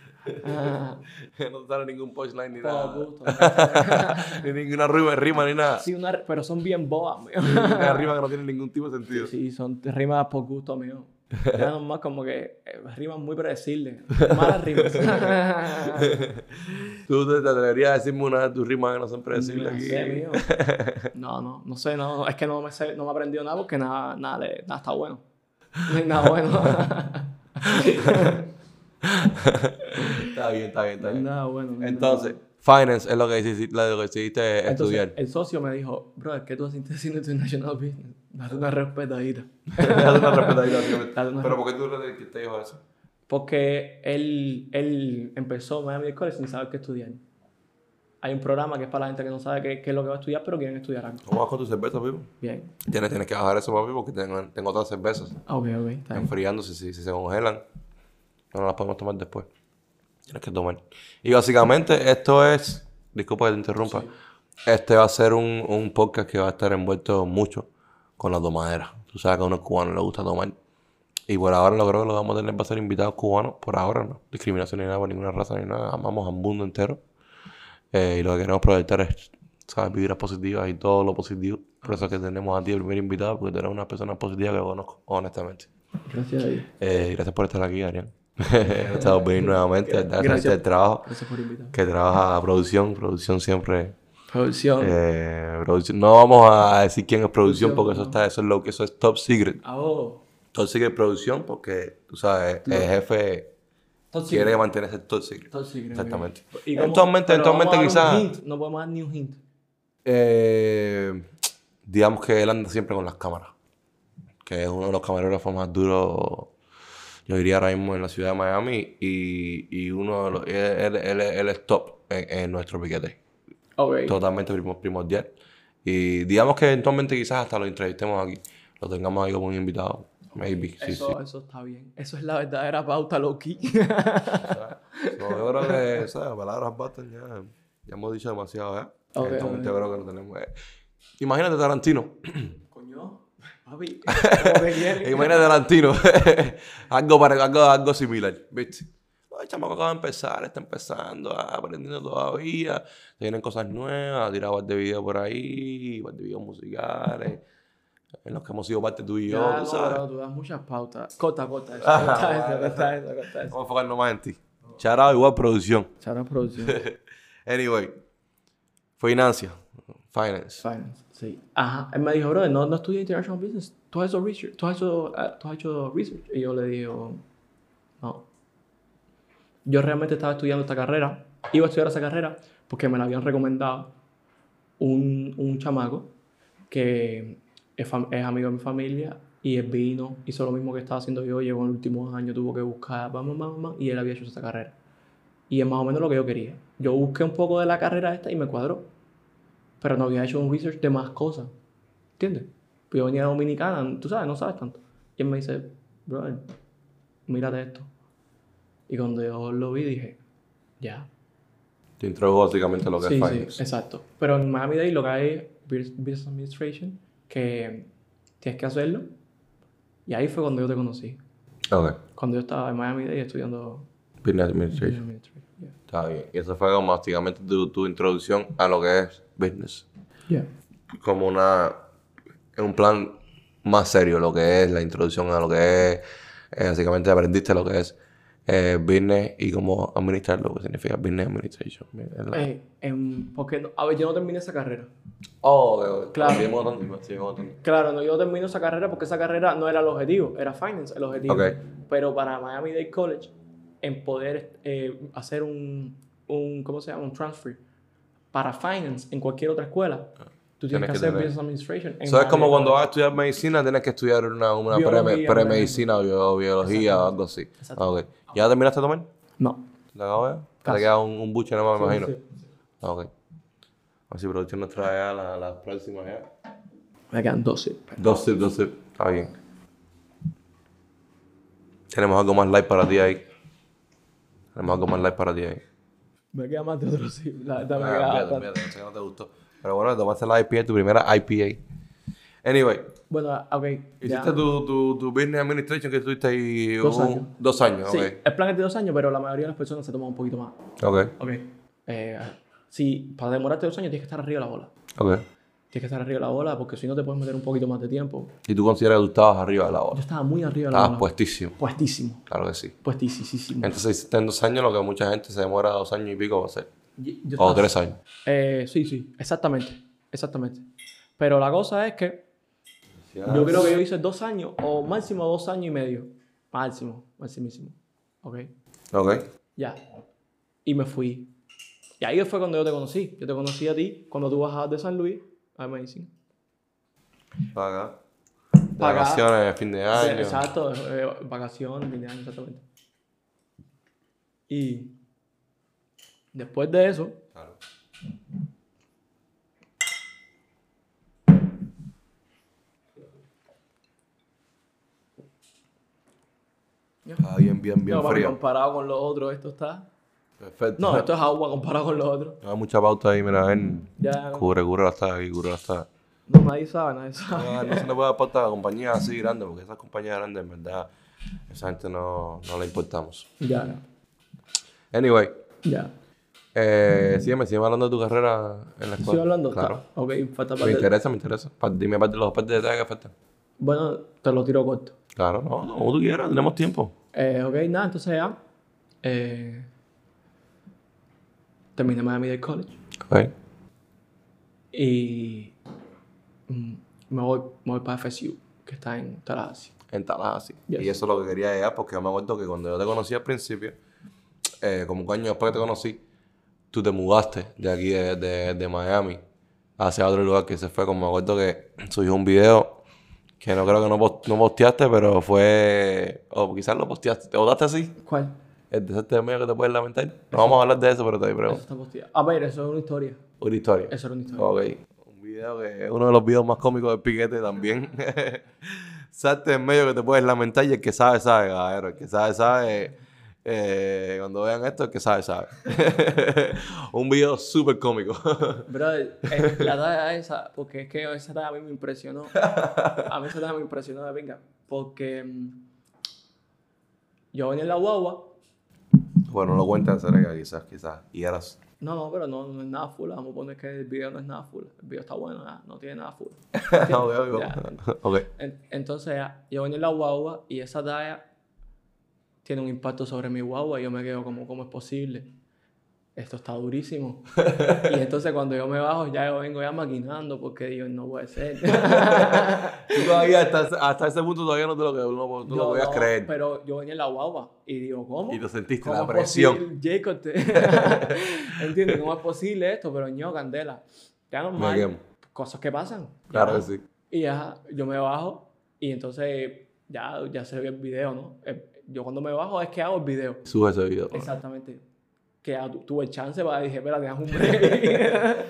No sale ningún punchline ni Por nada. gusto. Ni ninguna rima ni nada. Sí, pero son bien boas, mío. Una rima que no tiene ningún tipo de sentido. Sí, son rimas por gusto mío. Ya nomás como que rimas muy predecibles. Malas rimas. ¿Tú te atreverías a decirme una de tus rimas que no son predecibles No aquí? sé, mío. No sé, es que no me he aprendido nada porque nada está bueno. No hay nada bueno. Está bien. No hay nada bueno. no hay Entonces, nada finance es lo que decidiste bueno. estudiar. Entonces, el socio me dijo, bro, es que tú estás haciendo International Business. Date una respetadita. Dale una respetadita, básicamente. Dale una Pero ¿por qué tú crees que te dijo eso? Porque él empezó Miami College sin saber qué estudiar. hay un programa que es para la gente que no sabe qué es lo que va a estudiar, pero quieren estudiar algo. ¿Cómo vas con tu cerveza, Pipo? Bien. Tienes que bajar eso, papi, porque tengo otras cervezas Ok, está bien. enfriándose. Si se congelan, no las podemos tomar después. Tienes que tomar. Y básicamente esto es... Disculpa que te interrumpa. Sí. Este va a ser un podcast que va a estar envuelto mucho con la tomadera. Tú sabes que a unos cubanos les gusta tomar. Y por ahora lo creo que lo vamos a tener va a ser invitados cubanos. Por ahora no. Discriminación ni nada por ninguna raza ni nada. Amamos al mundo entero. Y lo que queremos proyectar es, ¿sabes? Vibras positivas y todo lo positivo. Por eso es que tenemos a ti el primer invitado, porque tú eres una persona positiva que conozco, honestamente. Gracias a Dios. Gracias por estar aquí, Arián. Estamos venir nuevamente. Gracias el trabajo. Gracias por invitarme. Que trabaja producción siempre. Producción. Producción. No vamos a decir quién es producción porque eso es top secret. Top secret producción porque, tú sabes, el jefe quiere mantenerse top secret. Top secret. Exactamente. ¿Y Eventualmente quizás... No podemos dar ni un hint. Digamos que él anda siempre con las cámaras. Que es uno de los camarógrafos más duros, yo diría ahora mismo en la ciudad de Miami. Y uno de los... Él es top en nuestro piquete. Okay. Totalmente primordial. Y digamos que eventualmente quizás hasta lo entrevistemos aquí. Lo tengamos ahí como un invitado. Maybe. Eso está bien. Eso es la verdadera pauta, Loki. Yo creo que, ¿sabes? Palabras bastan ya hemos dicho demasiado, ¿eh? Eventualmente creo que lo tenemos. Imagínate Tarantino. Coño, papi. Imagínate Tarantino. algo similar, ¿viste? El chamaco acaba de empezar, está empezando, aprendiendo todavía. Tienen cosas nuevas, tirado de video por ahí, de videos musicales, en los que hemos sido parte tú y yo, ya, tú sabes. Pero tú das muchas pautas. Corta eso. Corta eso. Vamos a enfocarnos más en ti. Charao, igual producción. Charao, producción. Anyway, finance, sí. Ajá. Él me dijo, bro, no estudias International Business. Tú has hecho research. Y yo le digo, no. Yo realmente estaba estudiando esta carrera. Iba a estudiar esa carrera porque me la habían recomendado un chamaco que es amigo de mi familia y él vino, hizo lo mismo que estaba haciendo yo, llegó en el último año, tuvo que buscar, y él había hecho esa carrera. Y es más o menos lo que yo quería. Yo busqué un poco de la carrera esta y me cuadró. Pero no había hecho un research de más cosas. ¿Entiendes? Pues yo venía de Dominicana, tú sabes, no sabes tanto. Y él me dice, brother, mírate esto. Y cuando yo lo vi dije, ya. Te introdujo básicamente lo que es finance. Sí, exacto. Pero en Miami-Dade lo que hay es Business Administration, que tienes que hacerlo. Y ahí fue cuando yo te conocí. Ok. Cuando yo estaba en Miami-Dade estudiando Business Administration. Yeah. Está bien. Y eso fue como básicamente tu introducción a lo que es business. Yeah. Como un plan más serio, lo que es la introducción a lo que es, básicamente aprendiste lo que es business y cómo administrarlo, lo que significa business administration. Porque, a ver, yo no terminé esa carrera. Claro. Claro, no, yo no terminé esa carrera porque esa carrera no era el objetivo, era finance el objetivo. Okay. Pero para Miami-Dade College, en poder hacer ¿cómo se llama? Un transfer para finance en cualquier otra escuela, tú tienes que hacer business administration. Eso es como cuando vas a estudiar medicina, tienes que estudiar una premedicina o biología o algo así. Okay. ¿Ya terminaste de tomar? No. ¿Te acabo de ver? Te queda un buche nada más, me imagino. Sí. Ok. Así producción nos trae ya las próximas ya. Me quedan 12. Dos sip. Está bien. Tenemos algo más light para ti ahí. Me queda más de otro sip. La verdad me queda Fíjate, sé que no te gustó. Pero bueno, tomaste la IPA, tu primera IPA. Anyway. Bueno, ok. Hiciste tu business administration que estuviste ahí 2 años. 2 años, Sí, ok. el plan es de 2 años, pero la mayoría de las personas se toman un poquito más. Ok. Si para demorarte 2 años tienes que estar arriba de la bola. Ok. Tienes que estar arriba de la bola porque si no te puedes meter un poquito más de tiempo. ¿Y tú consideras que tú estabas arriba de la Yo bola? estaba muy arriba de la bola. Estabas puestísimo. Puestísimo. Claro que sí. Puestísimo. Entonces hiciste en 2 años lo que mucha gente se demora 2 años y pico va a hacer. Yo O estaba- 3 años. Sí, exactamente. Pero la cosa es que yo creo que yo hice 2 años o máximo 2 años y medio. Maximísimo. Ok. Ya. Y me fui. Y ahí fue cuando yo te conocí. Yo te conocí a ti cuando tú bajabas de San Luis a Medicine. Para acá. Para acá. Vacaciones, fin de año. Exacto, vacaciones, fin de año, exactamente. Y después de eso, Claro. Está bien, bien, bien No, papi, frío. comparado con los otros, esto está... Perfecto. No, esto es agua comparado con los otros. No hay mucha pauta ahí, mira, ven. Ya, Cubre la está ahí, cubre la está. no, nadie sabe, nadie sabe. No se le puede dar pauta a compañías así grandes, porque esas compañías grandes, en verdad, esa gente no le importamos. Ya, Anyway, ya. sígueme hablando de tu carrera en la escuela. ¿Sigo hablando? Claro. Está. Ok, falta Me parte. interesa, me interesa. Dime parte de los partes de detalle que faltan. Bueno, te lo tiro corto. Claro, no, como tú quieras, tenemos tiempo. Ok, nada, entonces ya. Terminé Miami-Dade College. Ok. Y me voy para FSU, que está en Tallahassee. En Tallahassee. Yes. Y eso es lo que quería llegar, porque yo me acuerdo que cuando yo te conocí al principio, como un año después que te conocí, tú te mudaste de aquí, de Miami, hacia otro lugar que se fue. Como me acuerdo que subió un video que no creo que no posteaste, pero fue... O quizás lo posteaste. ¿Te botaste así? ¿Cuál? El desastre medio que te puedes lamentar. No vamos a hablar de eso, pero te Eso pregunto. está posteado. A ver, eso es una historia. Una historia. Eso era una historia. Ok. Un video que es uno de los videos más cómicos de Piquete también. Salte en medio que te puedes lamentar y el que sabe, sabe, caballero. El que sabe, sabe. Cuando vean esto, el que sabe, sabe. Un video súper cómico. Brother, la talla esa, porque es que esa talla a mí me impresionó. A mí esa talla me impresionó de venga. Porque yo venía en la guagua. Bueno, no lo cuentas, Serega, quizás. Y eras. No, pero no es nada full. Vamos a poner que el video no es nada full. El video está bueno, no tiene nada full. Ok. Ya. Ok. Entonces, yo venía en la guagua y esa talla tiene un impacto sobre mi guagua y yo me quedo como, ¿cómo es posible? Esto está durísimo. Y entonces cuando yo me bajo, ya yo vengo ya maquinando porque digo, no puede ser. Tú todavía, hasta ese punto, todavía no te lo podías creer. Pero yo venía en la guagua y digo, ¿cómo? Y lo sentiste, ¿Cómo la es presión. posible, Jacob? ¿Entiendes? ¿Cómo es posible esto? Pero ño, candela. Ya Me normal. quemo. Cosas que pasan. Claro Ya. que sí. Y ya, yo me bajo y entonces ya se ve el video, ¿no? Yo cuando me bajo es que hago el video. Sube ese video. Exactamente. Que ya tuve el chance para dije, espera, dejas un break.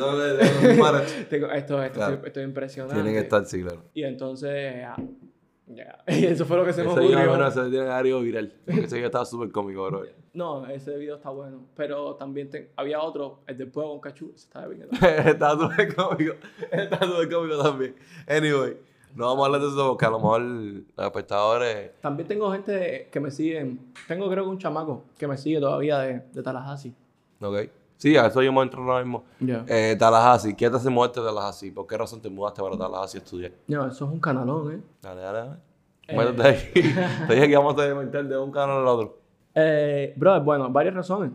Claro. Estoy impresionante. Tienen que estar, sí, claro. Y entonces, ya. Y eso fue lo que se me Ese video, ocurrió. bueno, se tiene algo viral. Porque ese video estaba súper cómico, bro. No, ese video está bueno. Pero también había otro, el del pueblo con Cachú. Ese estaba bien. Estaba súper cómico. Estaba súper cómico también. Anyway, no vamos a hablar de eso porque a lo mejor los espectadores... También tengo gente que me sigue. Tengo creo que un chamaco que me sigue todavía de Tallahassee. Ok. Sí, a eso yo me entro ahora mismo. Ya. Tallahassee. ¿Qué te hace moverte de Tallahassee? ¿Por qué razón te mudaste para Tallahassee a estudiar? No, eso es un canalón, ¿eh? Dale. Métete ahí. Te dije que íbamos a meter de un canal al otro. Brother, bueno, varias razones.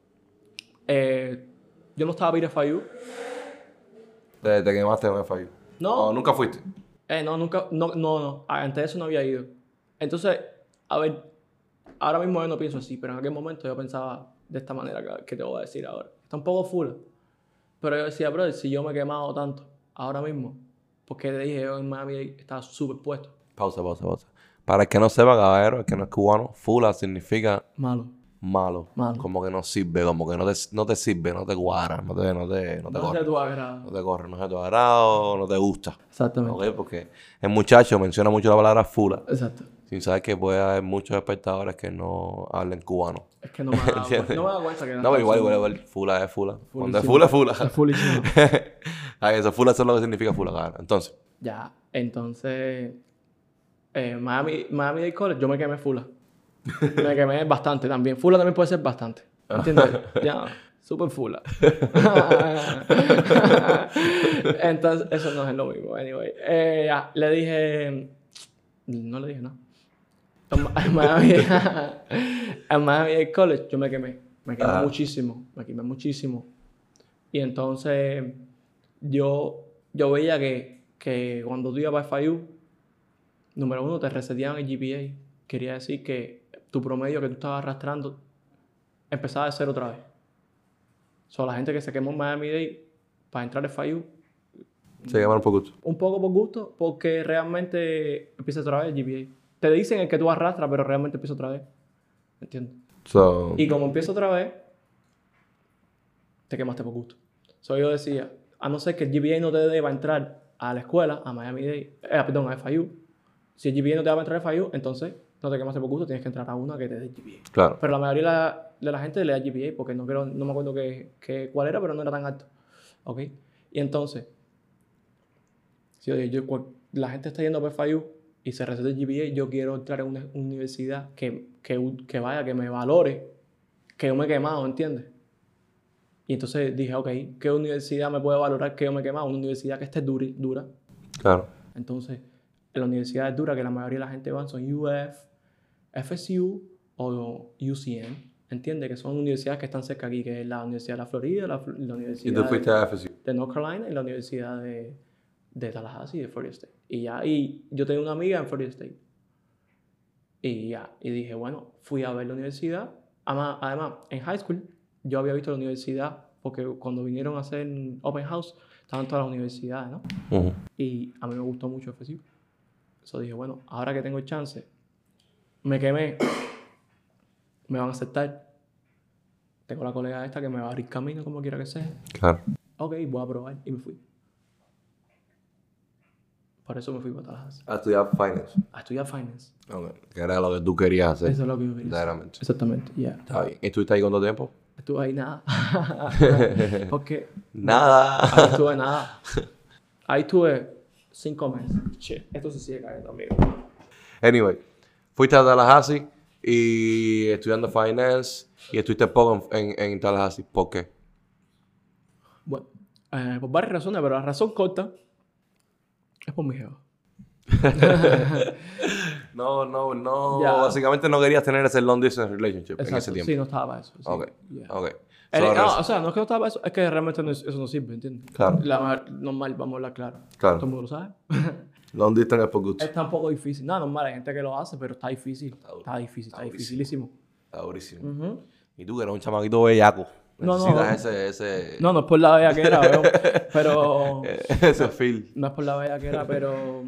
Yo no estaba para ir a FIU. Te quemaste en FIU. No. ¿O nunca fuiste? No, nunca, no. Antes de eso no había ido. Entonces, a ver, ahora mismo yo no pienso así, pero en aquel momento yo pensaba de esta manera que te voy a decir ahora. Está un poco full. Pero yo decía, brother, si yo me he quemado tanto ahora mismo, porque te dije, yo en Miami estaba súper puesto. Pausa. Para el que no sepa, caballero, el que no es cubano, fula significa Malo. malo. Como que no sirve, como que no te sirve, no te cuadra, no te No es corre. de tu agrado. No te corre, no es de tu agrado, no te gusta. Exactamente. ¿Ok? Porque el muchacho menciona mucho la palabra fula, Exacto. sin saber que puede haber muchos espectadores que no hablen cubano. Es que no me he dado ¿Entiendes? no me he dado cuenta que No, pero igual, fula es fula. Cuando es Fulísimo. fula, es fula. Es fulísimo. Ay, eso fula es lo que significa fula, cabrón. Entonces, Ya, entonces, Miami-Dade College, yo me quemé fula. Me quemé bastante también. Fula también puede ser bastante. ¿Entiendes? Ya, súper fula. Entonces, eso no es lo mismo. Anyway, ya, le dije... No le dije nada. En Miami-Dade College yo me quemé. Me quemé muchísimo. Y entonces, yo veía que cuando tú ibas para FIU, número uno, te reseteaban el GPA. Quería decir que tu promedio que tú estabas arrastrando empezaba de cero otra vez. La gente que se quemó en Miami-Dade para entrar a FIU, se llaman por gusto. un poco por gusto, porque realmente empieza otra vez el GPA. Te dicen el que tú arrastras, pero realmente empieza otra vez. ¿Entiendes? Y como empieza otra vez, te quemaste por gusto. So yo decía, a no ser que el GPA no te dé para entrar a la escuela, a Miami-Dade, perdón, a FIU. Si el GPA no te da para entrar a FIU, entonces no te quemaste por gusto, tienes que entrar a una que te dé el GPA. Claro. Pero la mayoría de la gente le da GPA porque no me acuerdo cuál era, pero no era tan alto. ¿Ok? Y entonces, si la gente está yendo a FIU y se receta el GPA, yo quiero entrar en una universidad que me valore, que yo me he quemado, ¿entiendes? Y entonces dije, ok, ¿qué universidad me puede valorar que yo me he quemado? Una universidad que esté dura. Claro. Entonces, en las universidades duras, que la mayoría de la gente van, son UF, FSU o UCM, ¿entiendes? Que son universidades que están cerca aquí, que es la Universidad de la Florida, la Universidad ¿Y tú fuiste a FSU? de North Carolina y la Universidad de Tallahassee y de Florida State. Y yo tenía una amiga en Florida State. Y dije, bueno, fui a ver la universidad. Además, en high school, yo había visto la universidad, porque cuando vinieron a hacer open house, estaban todas las universidades, ¿no? Uh-huh. Y a mí me gustó mucho FSU. Eso dije, bueno, ahora que tengo el chance, me quemé, me van a aceptar. Tengo la colega esta que me va a abrir camino, como quiera que sea. Claro. Ok, voy a probar. Y me fui. Por eso me fui para Tallahassee. A estudiar Finance. A estudiar Finance. Okay. Que era lo que tú querías hacer. Eso es lo que yo quería hacer. Verdaderamente. Exactamente, ya. Está bien. ¿Y estuviste ahí cuánto tiempo? Estuve ahí nada. Porque... Nada. Ahí estuve nada. Ahí estuve 5 meses. Che, esto se sigue cayendo, amigo. Anyway, fuiste a Tallahassee y estudiando Finance y estuviste poco en Tallahassee. ¿Por qué? Bueno, por varias razones, pero la razón corta es por mi jefa. No. Ya. Básicamente no querías tener ese long distance relationship Exacto, en ese tiempo. sí, no estaba para eso. Sí. Ok, Yeah. ok. O sea, no es que no estaba para eso, es que realmente eso no sirve, ¿entiendes? Claro. Normal, vamos a hablar claro. Claro. Todo el mundo lo sabe. Long distance es por gusto. Está un poco difícil. No, normal, hay gente que lo hace, pero está difícil. Está durísimo. dificilísimo. Está durísimo. Ujú. Y tú que eres un chamaquito bellaco. No, Necesitas ese... No es por la bellaquera, pero... ese feel. No es por la bellaquera, pero...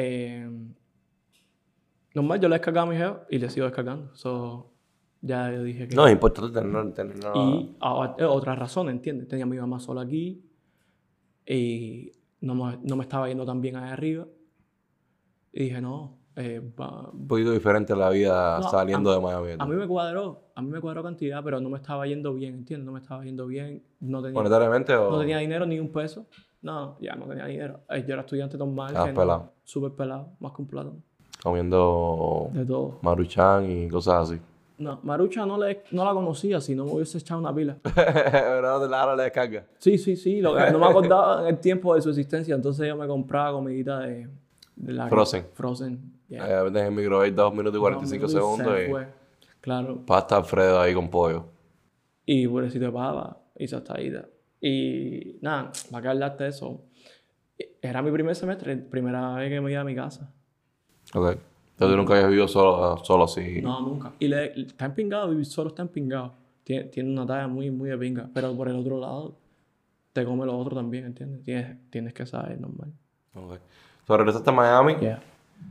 normal, yo le descargaba a mi jefa y le sigo descargando. So, ya yo dije que... No, es importante tener Y otra razón, ¿entiendes? Tenía a mi mamá sola aquí y no me estaba yendo tan bien allá arriba. Y dije, no, un poquito diferente la vida saliendo de Miami. a mí me cuadró cantidad, pero no me estaba yendo bien, ¿entiendes? No me estaba yendo bien, ¿Monetariamente o...? no tenía dinero ni un peso. No, ya no tenía dinero. Yo era estudiante normal. Pelado. Súper pelado, más que un plátano. Comiendo De todo. Maruchan y cosas así. No, Marucha no la conocía, si no me hubiese echado una pila. Pero ahora le descarga. Sí, no me acordaba en el tiempo de su existencia, entonces yo me compraba comidita de la... Frozen, yeah. Metes en microwave 2 minutos y 45 segundos y... Claro. Pasta Alfredo ahí con pollo. Y purecito de papa y saltadita. Y nada, va a quedar de eso. Era mi primer semestre, primera vez que me iba a mi casa. Ok. Entonces tú nunca habías vivido solo así. No, nunca. Y está empingado, vivir solo está empingado. Tiene una talla muy, muy de pinga. Pero por el otro lado, te come lo otro también, ¿entiendes? Tienes que saber, normal. Ok. So, regresaste a Miami. Yeah.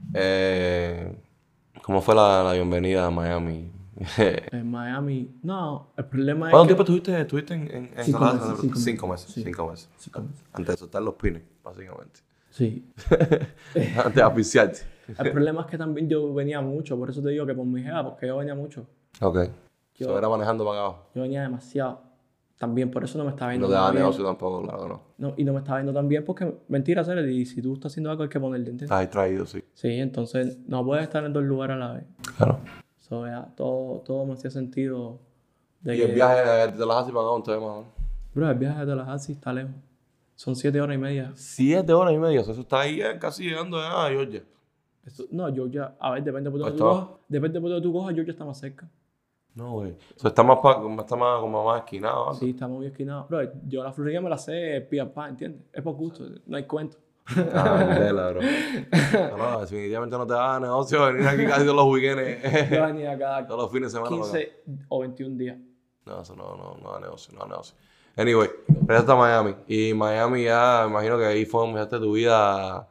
¿Cómo fue la bienvenida a Miami? En Miami, no, el problema es ¿Cuánto que... tiempo estuviste en 5 Tallahassee? meses. 5 meses. Sí. 5 meses. 5 meses. Antes de soltar los pines, básicamente. Sí. Antes de oficiarte. El problema es que también yo venía mucho, por eso te digo que por mi jefa, porque yo venía mucho. Ok. Se era manejando para acá. Yo venía demasiado. También por eso no me estaba viendo No te daba tan bien. negocio tampoco, claro, no. Y no me estaba viendo tan bien porque, mentira, Cere, y si tú estás haciendo algo hay que ponerle, ¿entiendes? Estás distraído, sí. Sí, entonces no puedes estar en 2 lugares a la vez. Claro. So, ya, todo me hacía sentido. Y el viaje de Tallahassee para acá, ¿dónde te más? Bro, el viaje de Tallahassee está lejos. Son 7 horas y media. 7 horas y media. Eso está ahí casi llegando a Georgia. No, Georgia, a ver, depende por Pues donde tú cojas. Depende por donde tú cojas, Georgia está más cerca. No, güey. Eso está más como más esquinado. ¿no? Sí, está muy esquinado. Bro, yo la Florida me la sé pie a pa, ¿entiendes? Es por gusto, no hay cuento. Candela, bro. No, definitivamente no te da negocio venir aquí casi todos los weekends. Yo venía cada Todos los fines de semana. 15 o 21 días. No, eso no da negocio, no da negocio. Anyway, regresaste a Miami. Y Miami ya, me imagino que ahí fue donde empezaste tu vida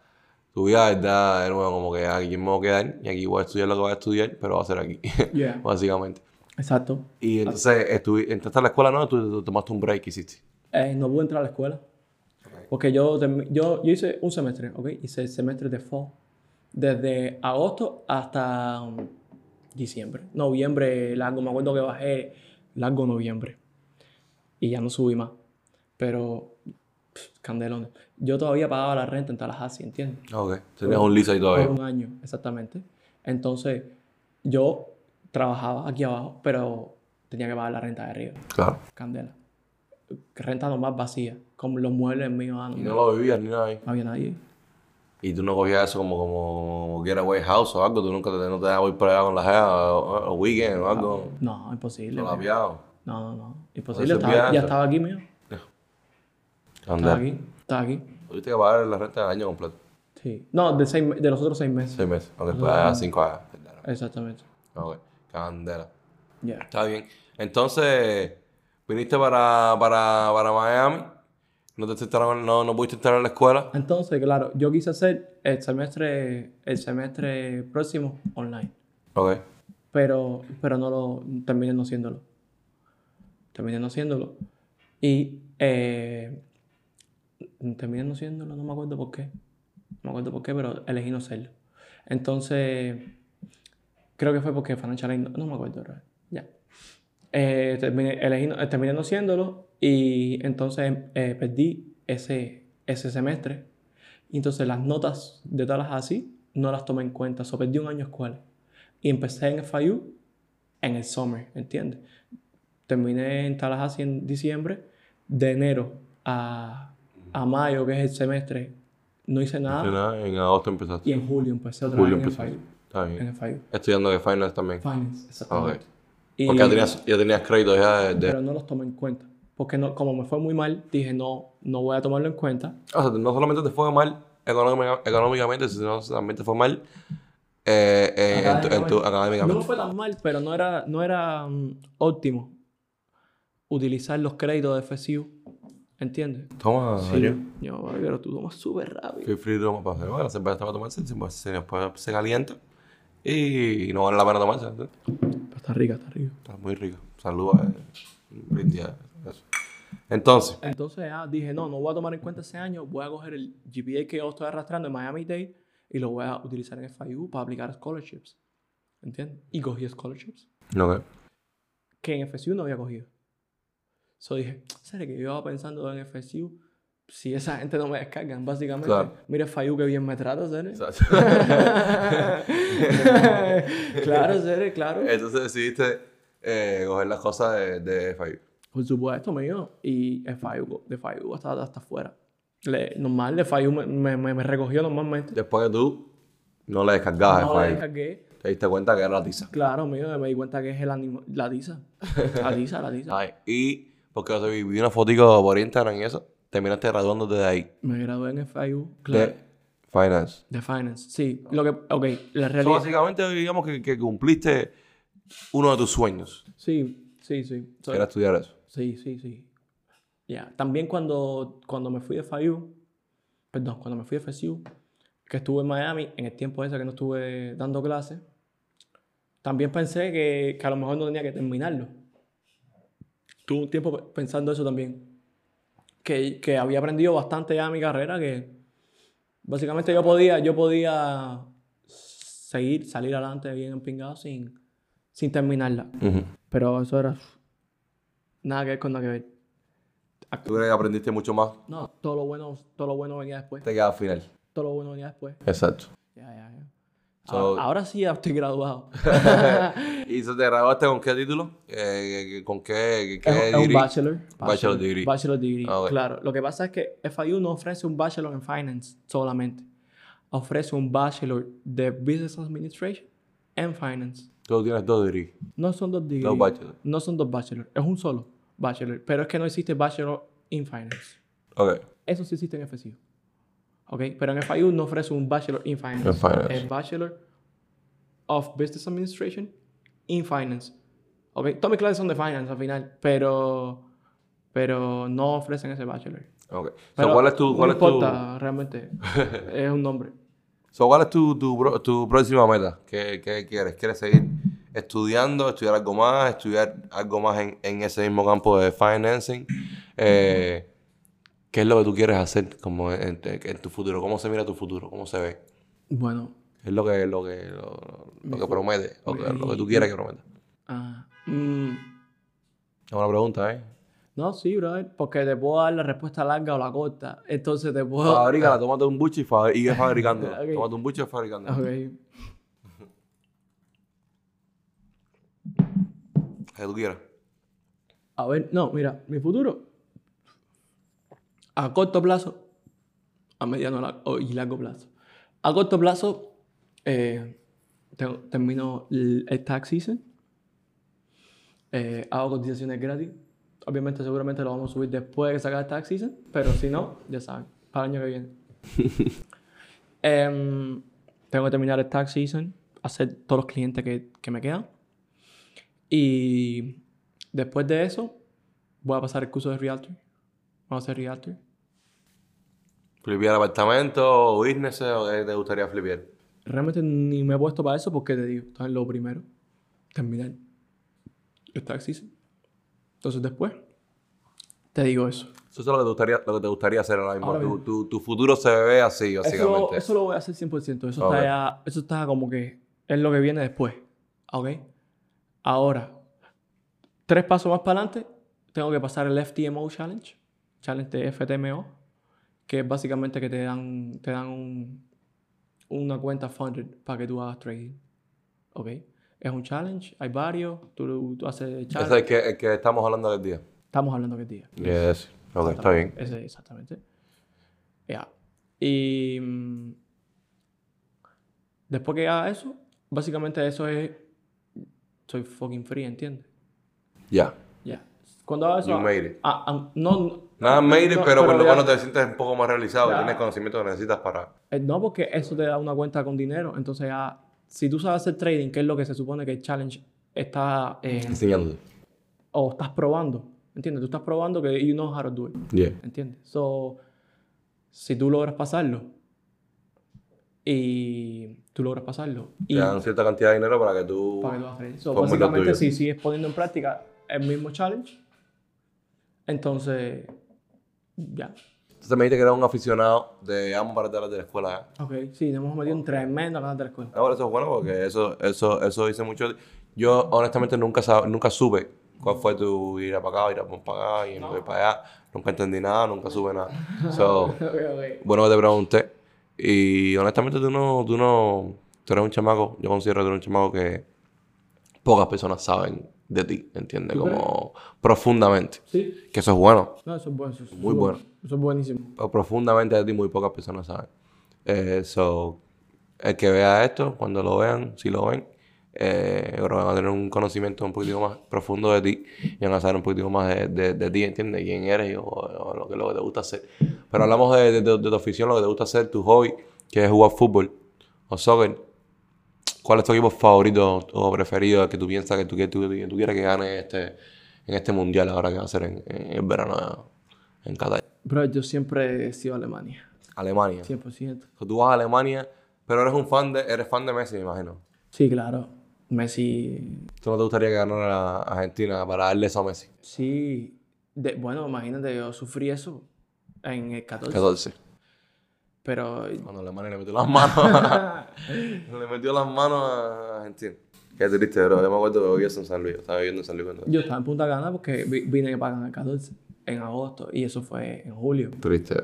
de nuevo, como que aquí me voy a quedar y aquí voy a estudiar lo que voy a estudiar, pero va a ser aquí, Yeah. básicamente. Exacto. Y entonces entraste a la escuela, ¿no? Tú tomaste un break, hiciste. No pude entrar a la escuela. Porque yo hice un semestre, ¿ok? Hice el semestre de fall. Desde agosto hasta diciembre. Noviembre largo. Me acuerdo que bajé largo noviembre. Y ya no subí más. Pero, candelón. Yo todavía pagaba la renta en Tallahassee, ¿entiendes? Ok. Tenías un lease ahí todavía. Por un año, exactamente. Entonces, yo trabajaba aquí abajo, pero tenía que pagar la renta de arriba. Claro. Candela. Renta nomás vacía. Como los muebles míos. Y no lo vivías ni nada ahí. No había nadie. Y tú no cogías eso como getaway house o algo. Tú nunca no te dejabas ir por allá con la jeva o weekend o algo. No, imposible. Solapiado. No. Imposible. Eso es viaje. Ya estaba aquí, mío. Candela. Estaba aquí. Tuviste que pagar la renta del año completo. Sí. No, de los otros 6 meses. 6 meses. Ok, pues allá 5 años. Exactamente. Ok. Candela. Ya. Está bien. Entonces, viniste para Miami. No pudiste estar en la escuela. Entonces, claro, yo quise hacer el semestre próximo online. Ok. Pero terminé no haciéndolo. Y terminé no haciéndolo, no me acuerdo por qué. No me acuerdo por qué, pero elegí no hacerlo. Entonces, creo que fue porque Financial Aid, no me acuerdo, ¿verdad? Ya. Terminé no haciéndolo y entonces perdí ese semestre. Y entonces las notas de Tallahassee no las tomé en cuenta. Perdí un año de escuela. Y empecé en FIU en el summer, ¿entiendes? Terminé en Tallahassee en diciembre. De enero a mayo, que es el semestre, no hice nada. En agosto empezaste. Y en julio empecé otra vez en el FIU. Está bien. En el FIU. Estudiando de Finance también. Finance, exactamente. Ok. Porque ya tenías créditos ya Pero no los tomé en cuenta. Porque no, como me fue muy mal, dije no voy a tomarlo en cuenta. O sea, no solamente te fue mal económicamente, sino también te fue mal académicamente. No me fue tan mal, pero no era óptimo utilizar los créditos de FSU. ¿Entiendes? Toma, Sí. Pero tú tomas súper rápido. Feel free to para hacer. Bueno, la cerveza va a tomarse, después se calienta y no vale la pena tomarse. ¿Entiendes? Pero está rica. Está muy rico. Saludos a brindis a eso. Entonces, dije, no voy a tomar en cuenta ese año, voy a coger el GPA que yo estoy arrastrando en Miami-Dade y lo voy a utilizar en FIU para aplicar scholarships. ¿Entiendes? Y cogí scholarships okay. que en FSU no había cogido. Dije, ¿sabes que yo iba pensando en FSU? Si esa gente no me descargan, básicamente. Claro. Mira FIU que bien me trata, ¿sabes? Claro. Entonces decidiste coger las cosas de FIU. Por supuesto, mío. Y de FIU hasta afuera. Normal, de FIU me recogió normalmente. Después que tú no le descargabas No FIU. le descargué. Te diste cuenta que era la tiza. Claro, mío, me di cuenta que es la tiza. La tiza. Ay, y porque vi una fotico por Instagram y eso, terminaste graduándote de ahí. Me gradué en FIU, claro. De Finance. De Finance, sí. La realidad... So, básicamente, digamos que cumpliste uno de tus sueños. Sí. Era estudiar eso. Sí. Ya. También cuando me fui de FIU, cuando me fui de FSU, que estuve en Miami, en el tiempo ese que no estuve dando clases, también pensé que a lo mejor no tenía que terminarlo. Tuve un tiempo pensando eso también. Que había aprendido bastante ya en mi carrera, que básicamente yo podía salir adelante bien empingado sin terminarla. Uh-huh. Pero eso era nada que ver con nada que ver. ¿Tú crees que aprendiste mucho más? No, todo lo bueno venía después. Te quedas al final. Todo lo bueno venía después. Exacto. Ya. So- Ahora sí ya estoy graduado. ¿Y te graduaste con qué título? ¿Con qué Es un degree? bachelor. Bachelor degree. Bachelor degree, Ok. claro. Lo que pasa es que FIU no ofrece un bachelor en finance solamente. Ofrece un bachelor de business administration en finance. Tú tienes 2 degrees. No son 2 degrees. Dos bachelor. No son 2 bachelors. Es un solo bachelor. Pero es que no existe bachelor in finance. Ok. Eso sí existe en FSU. ¿Ok? Pero en FIU no ofrece un Bachelor in Finance. En Finance. Es Bachelor of Business Administration in Finance. ¿Ok? Todas mis clases son de Finance al final, pero no ofrecen ese Bachelor. Ok. Pero So, ¿cuál es tu... no importa, realmente. Es un nombre. ¿Cuál es tu próxima meta? ¿Qué quieres? ¿Quieres seguir estudiar algo más en ese mismo campo de financing. ¿Qué es lo que tú quieres hacer como en tu futuro? ¿Cómo se mira tu futuro? ¿Cómo se ve? Bueno, ¿Qué es lo que promete? Lo que tú quieres que prometa. ah, Es una pregunta, ¿eh? no, sí, brother, porque te puedo dar la respuesta larga o la corta. Entonces te puedo... Fabrícala, tómate un buche y ve fabricando. Ok. Tómate un buche y fabricando. Ok. Que tú quieras. A ver, no, mira, mi futuro a corto plazo, a mediano y largo plazo. A corto plazo, termino el tax season, hago cotizaciones gratis. Obviamente, seguramente lo vamos a subir después de que se acabe el tax season, pero si no, ya saben, para el año que viene. Tengo que terminar el tax season, hacer todos los clientes que me quedan. Y después de eso, voy a pasar el curso de Realtor. Vamos a ser Realtor. ¿Flipear apartamentos o businesses o qué te gustaría flipear? Realmente ni me he puesto para eso porque te digo, esto es lo primero. Terminar el tax season. Entonces después, te digo eso. Eso es lo que te gustaría hacer ahora mismo. Ahora mismo. Tu futuro se ve así, básicamente. Eso lo voy a hacer 100%. Eso, Ok. eso está como que es lo que viene después. ¿Ok? Ahora, 3 pasos más para adelante, tengo que pasar el FTMO Challenge. Challenge de FTMO. Que es básicamente que te dan una cuenta funded para que tú hagas trading. ¿Ok? Es un challenge, hay varios. Tú haces Ese challenge. es el que estamos hablando del día. Estamos hablando que día. Yes. Ok, está bien. Ese, exactamente. Ya. Y después que haga eso, básicamente eso es. Soy fucking free, ¿entiendes? Ya. Ya. Cuando haga eso. You made it. No. Nada made it, pero por lo ya- menos te sientes un poco más realizado. Ya. Tienes conocimiento que necesitas para... No, porque eso te da una cuenta con dinero. Entonces ya. Si tú sabes hacer trading, que es lo que se supone que el challenge está. Enseñándote. O estás probando. ¿Entiendes? Tú estás probando que you know how to do it. Yeah. ¿Entiendes? So, si tú logras pasarlo y Te dan cierta cantidad de dinero para que tú... para que tú hagas trading. So, formes lo básicamente, tuyo. si sigues poniendo en práctica el mismo challenge, entonces ya. Entonces me dijiste que eras un aficionado de ambas partes de la escuela. ¿Eh? Ok, sí, nos hemos metido en tremenda ganas de la escuela. Ahora eso es bueno porque eso dice mucho. Yo honestamente nunca supe cuál fue tu ir a para acá, ir a para acá y ir para allá. Nunca entendí nada, nunca supe nada. So, Ok. bueno que te pregunté. Y honestamente tú eres un chamaco, yo considero que tú eres un chamaco que pocas personas saben de ti, ¿entiendes? ¿Tú crees? Como profundamente. Sí. Que eso es bueno. No, eso es bueno. Muy bueno. Eso es buenísimo. Pero profundamente de ti muy pocas personas saben. So, el que vea esto, cuando lo vean, si lo ven, yo creo que van a tener un conocimiento un poquito más profundo de ti y van a saber un poquito más de ti, ¿entiendes? Quién eres o lo que te gusta hacer. Pero hablamos de tu afición, lo que te gusta hacer, tu hobby, que es jugar fútbol o soccer. ¿Cuál es tu equipo favorito o preferido que tú piensas que tú quieres que gane en este mundial ahora que va a ser en el verano en Qatar? Bro, yo siempre he sido Alemania. Alemania. 100%. So, tú vas a Alemania, pero eres fan de Messi, me imagino. Sí, claro. Messi. ¿Tú no te gustaría que ganara Argentina para darle eso a Messi? Sí. Bueno, imagínate, yo sufrí eso en el 14. 14. Pero. Cuando Alemania le metió las manos. Le metió las manos a Argentina. Qué triste, bro. Yo me acuerdo que viví eso en San Luis. Estaba viviendo en San Luis cuando... Yo estaba en Punta Cana porque vine para ganar el 14 en agosto y eso fue en julio. Triste.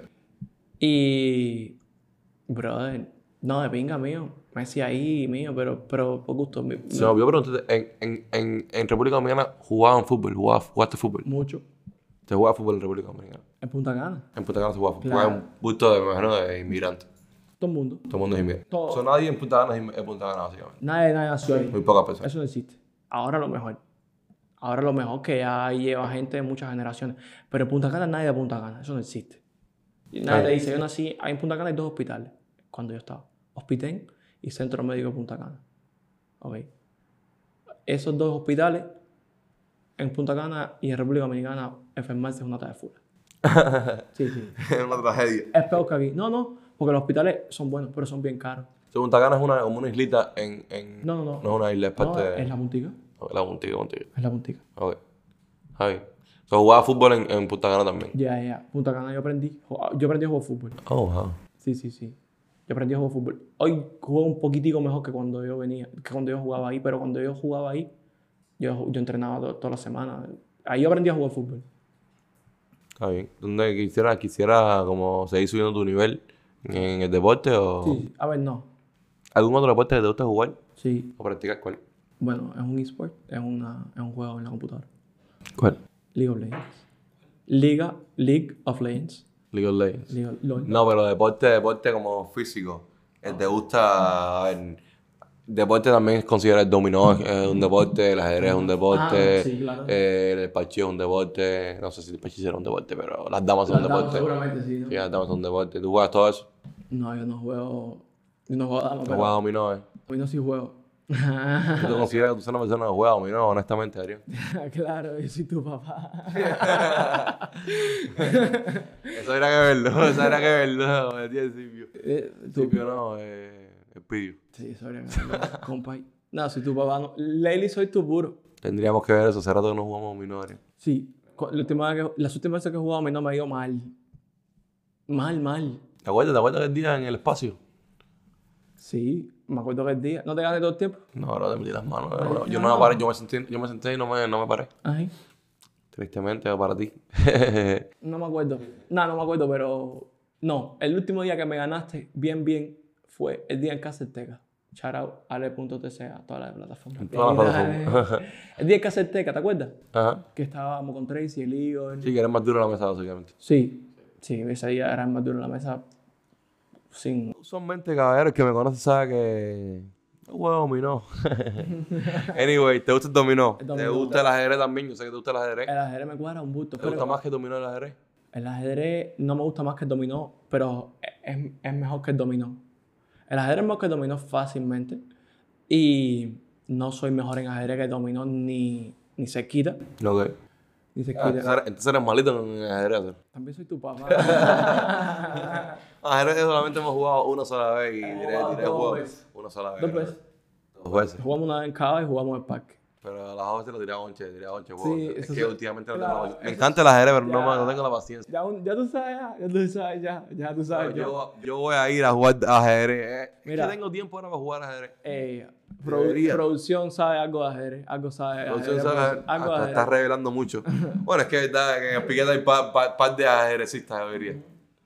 Y. Brother, no, de pinga mío. Messi ahí mío, pero por gusto. Se me olvidó preguntarte, en República Dominicana jugaste fútbol. Mucho. ¿Te jugaba fútbol en República Dominicana? En Punta Cana. En Punta Cana se jugaba fútbol. Claro. Jugaba un bulto de, me imagino, de inmigrantes. Todo el mundo. Todo el mundo es inmigrante. Todo. So, nadie en Punta Cana es Punta Cana, básicamente. Nadie nació ahí. Muy pocas personas. Eso no existe. Ahora lo mejor. Ahora lo mejor que ya lleva gente de muchas generaciones. Pero en Punta Cana nadie de Punta Cana. Eso no existe. Y nadie te dice, yo nací, en Punta Cana hay 2 hospitales cuando yo estaba. Hospitén y Centro Médico de Punta Cana. ¿Ok? Esos 2 hospitales en Punta Cana y en República Dominicana enfermarse es una tarea de full. Sí. Es una tragedia. Es peor que aquí. No, porque los hospitales son buenos, pero son bien caros. Punta Cana es como una islita No. No es una isla, es parte No, de... es la puntica. La Puntica. Es la puntica. Ok. Javi. So, jugaba fútbol en Punta Cana también. Ya. Punta Cana yo aprendí a jugar fútbol. Oh, wow. Sí. Yo aprendí a jugar fútbol. Hoy juego un poquitico mejor que cuando yo jugaba ahí, pero cuando yo jugaba ahí, yo entrenaba toda la semana. Ahí yo aprendí a jugar fútbol. Está bien. ¿Dónde quisiera como seguir subiendo tu nivel en el deporte o Sí, a ver, no. algún otro deporte que te guste jugar Sí, o practicar? ¿Cuál? bueno, es un eSport, es un juego en la computadora. ¿Cuál? League of Legends. League of Legends. League of Legends. LOL. No, pero deporte como físico. ¿Te gusta? A ver, deporte también considera el dominó es un deporte, el ajedrez es un deporte, Sí, claro. el parchís es un deporte. No sé si el parchís era un deporte, pero las damas son un deporte. Seguramente sí, ¿no? Sí, las damas son un deporte. ¿Tú juegas todo eso? No, yo no juego dama, No pero juegas dominó, hoy no sí juego. ¿Tú te consideras que tú eres una persona que juega dominó, honestamente, Adrián? Claro, yo soy tu papá. Eso habría que verlo, me decía Silvio. Silvio no, el pillo. Sí, eso habría que verlo, compa. No, soy tu papá. No. Leili, soy tu puro. Tendríamos que ver eso, hace rato que no jugamos dominó, Adrián. Sí, las últimas veces que he jugado a mí no me ha ido mal. Mal. ¿Te acuerdas del día en el espacio? Sí, me acuerdo que el día. ¿No te gané todo el tiempo? No, ahora te metí las manos. Yo no me paré, yo me senté y no me paré. Ay, Tristemente para ti. no me acuerdo. No me acuerdo, pero... No, el último día que me ganaste bien fue el día en Casa Azteca. Shout out ale.tc a todas las plataformas. En todas las plataformas. El día en Casa Azteca, ¿te acuerdas? Ajá. Que estábamos con Tracy, el Igor. Sí, que eres más duro en la mesa, básicamente. Sí, ese día era el más duro en la mesa. Sin... Usualmente, caballero, el que me conoce sabe que no juego dominó. Anyway, ¿te gusta el dominó? El ¿Te dominó. gusta el ajedrez también? Yo sé que te gusta el ajedrez. El ajedrez me cuadra un busto. ¿Te gusta más que el dominó el ajedrez? El ajedrez no me gusta más que el dominó, pero es mejor que el dominó. El ajedrez es mejor que el dominó fácilmente. Y no soy mejor en ajedrez que el dominó ni cerquita. Ok. Ni cerquita. Entonces eres malito en el ajedrez. También soy tu papá. Ajedrez solamente hemos jugado una sola vez y diré jugado diré dos jugado veces. una sola vez. 2 veces. 2 veces. Jugamos una vez en Cava y jugamos en el parque. Pero a las veces lo tiraba onche. Sí, Es eso que sí. últimamente no Claro, tengo... Me encanta el ajedrez, pero Ya. no tengo la paciencia. Ya tú sabes, ya tú sabes. Yo voy a ir a jugar ajedrez. Mira. Es que tengo tiempo ahora para jugar ajedrez. Debería. Producción sabe algo de ajedrez. Algo sabe de Producción ajedrez. sabe, Algo de hasta ajedrez. estás revelando mucho. Bueno, es que es verdad que en el piquete hay par de ajedrecistas, debería.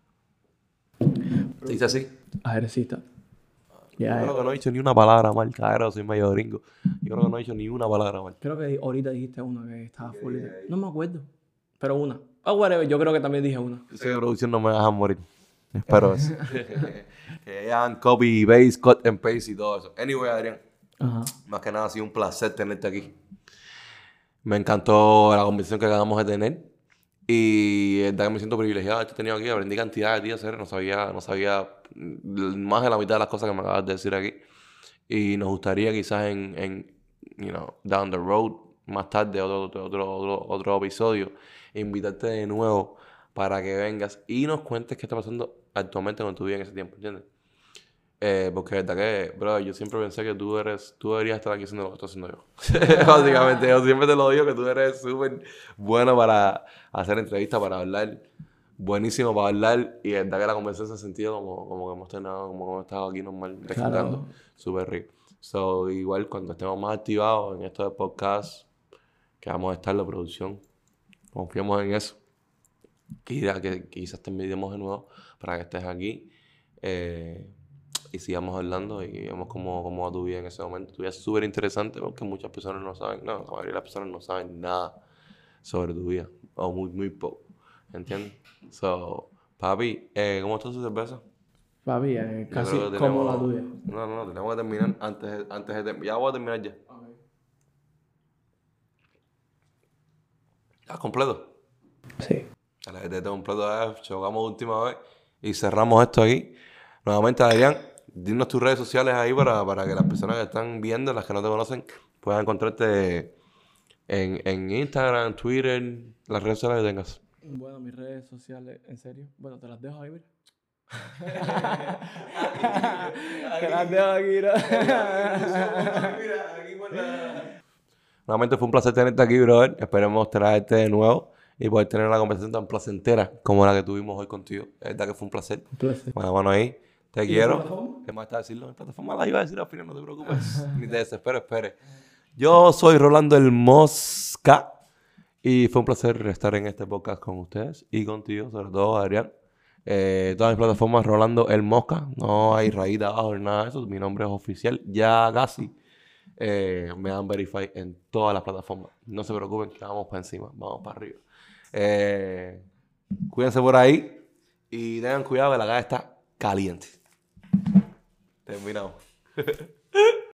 ¿Se dice así? Ajedrecista. Yo creo que no he dicho ni una palabra mal, cabrón, soy medio gringo. Yo creo que no he dicho ni una palabra mal. Creo que ahorita dijiste una que estaba full. No me acuerdo. Pero una. Whatever, yo creo que también dije una. Yo sé que producción no me deja morir. Espero eso. Que hagan copy, paste, cut and paste y todo eso. Anyway, Adrián, Ajá. más que nada ha sido un placer tenerte aquí. Me encantó la conversación que acabamos de tener. Y es verdad que me siento privilegiado de haberte tenido aquí. Aprendí cantidad de ti, hacer. No sabía más de la mitad de las cosas que me acabas de decir aquí. Y nos gustaría quizás down the road, más tarde, otro episodio, invitarte de nuevo para que vengas y nos cuentes qué está pasando actualmente con tu vida en ese tiempo, ¿entiendes? Porque es verdad que, bro, yo siempre pensé que tú deberías estar aquí haciendo lo que estoy haciendo yo. Básicamente, yo siempre te lo digo que tú eres súper bueno para hacer entrevistas, para hablar, buenísimo para hablar, y es verdad que la conversación se ha sentido como que hemos tenido, como que hemos estado aquí normal, refrescando, súper rico. So, igual cuando estemos más activados en esto de podcast, que vamos a estar la producción, confiamos en eso. Que quizás te envidiemos de nuevo para que estés aquí. Y sigamos hablando y vemos cómo va tu vida en ese momento. Tu vida es súper interesante porque muchas personas no saben, la mayoría de las personas no saben nada sobre tu vida, o muy poco, ¿entiendes? So, papi, ¿cómo está tu cerveza? Papi, Yo casi creo que como la tuya. No, tenemos que terminar antes de terminar. Ya voy a terminar ya. ¿Estás completo? Sí. Dale, te completo, chocamos última vez y cerramos esto aquí. Nuevamente, Adrián, dinos tus redes sociales ahí para que las personas que están viendo, las que no te conocen, puedan encontrarte en Instagram, Twitter, las redes sociales que tengas. Bueno, mis redes sociales, en serio. Bueno, te las dejo ahí, mira. Que las dejo aquí, ¿no? Nuevamente fue un placer tenerte aquí, brother. Esperemos traerte de nuevo y poder tener una conversación tan placentera como la que tuvimos hoy contigo. Es verdad que fue un placer. Un placer. Bueno, bueno, ahí. Te ¿Y quiero. la plataforma? ¿Qué más está a decirlo? En plataforma la iba a decir al final, no te preocupes. Ni te desesperes, espere. Yo soy Rolando el Mosca y fue un placer estar en este podcast con ustedes y contigo, sobre todo, Adrián. Todas mis plataformas, Rolando el Mosca. No hay rayita abajo ni nada de eso. Mi nombre es oficial. Ya casi me dan verify en todas las plataformas. No se preocupen que vamos para encima. Vamos para arriba. Cuídense por ahí y tengan cuidado que la calle está caliente. Terminamos.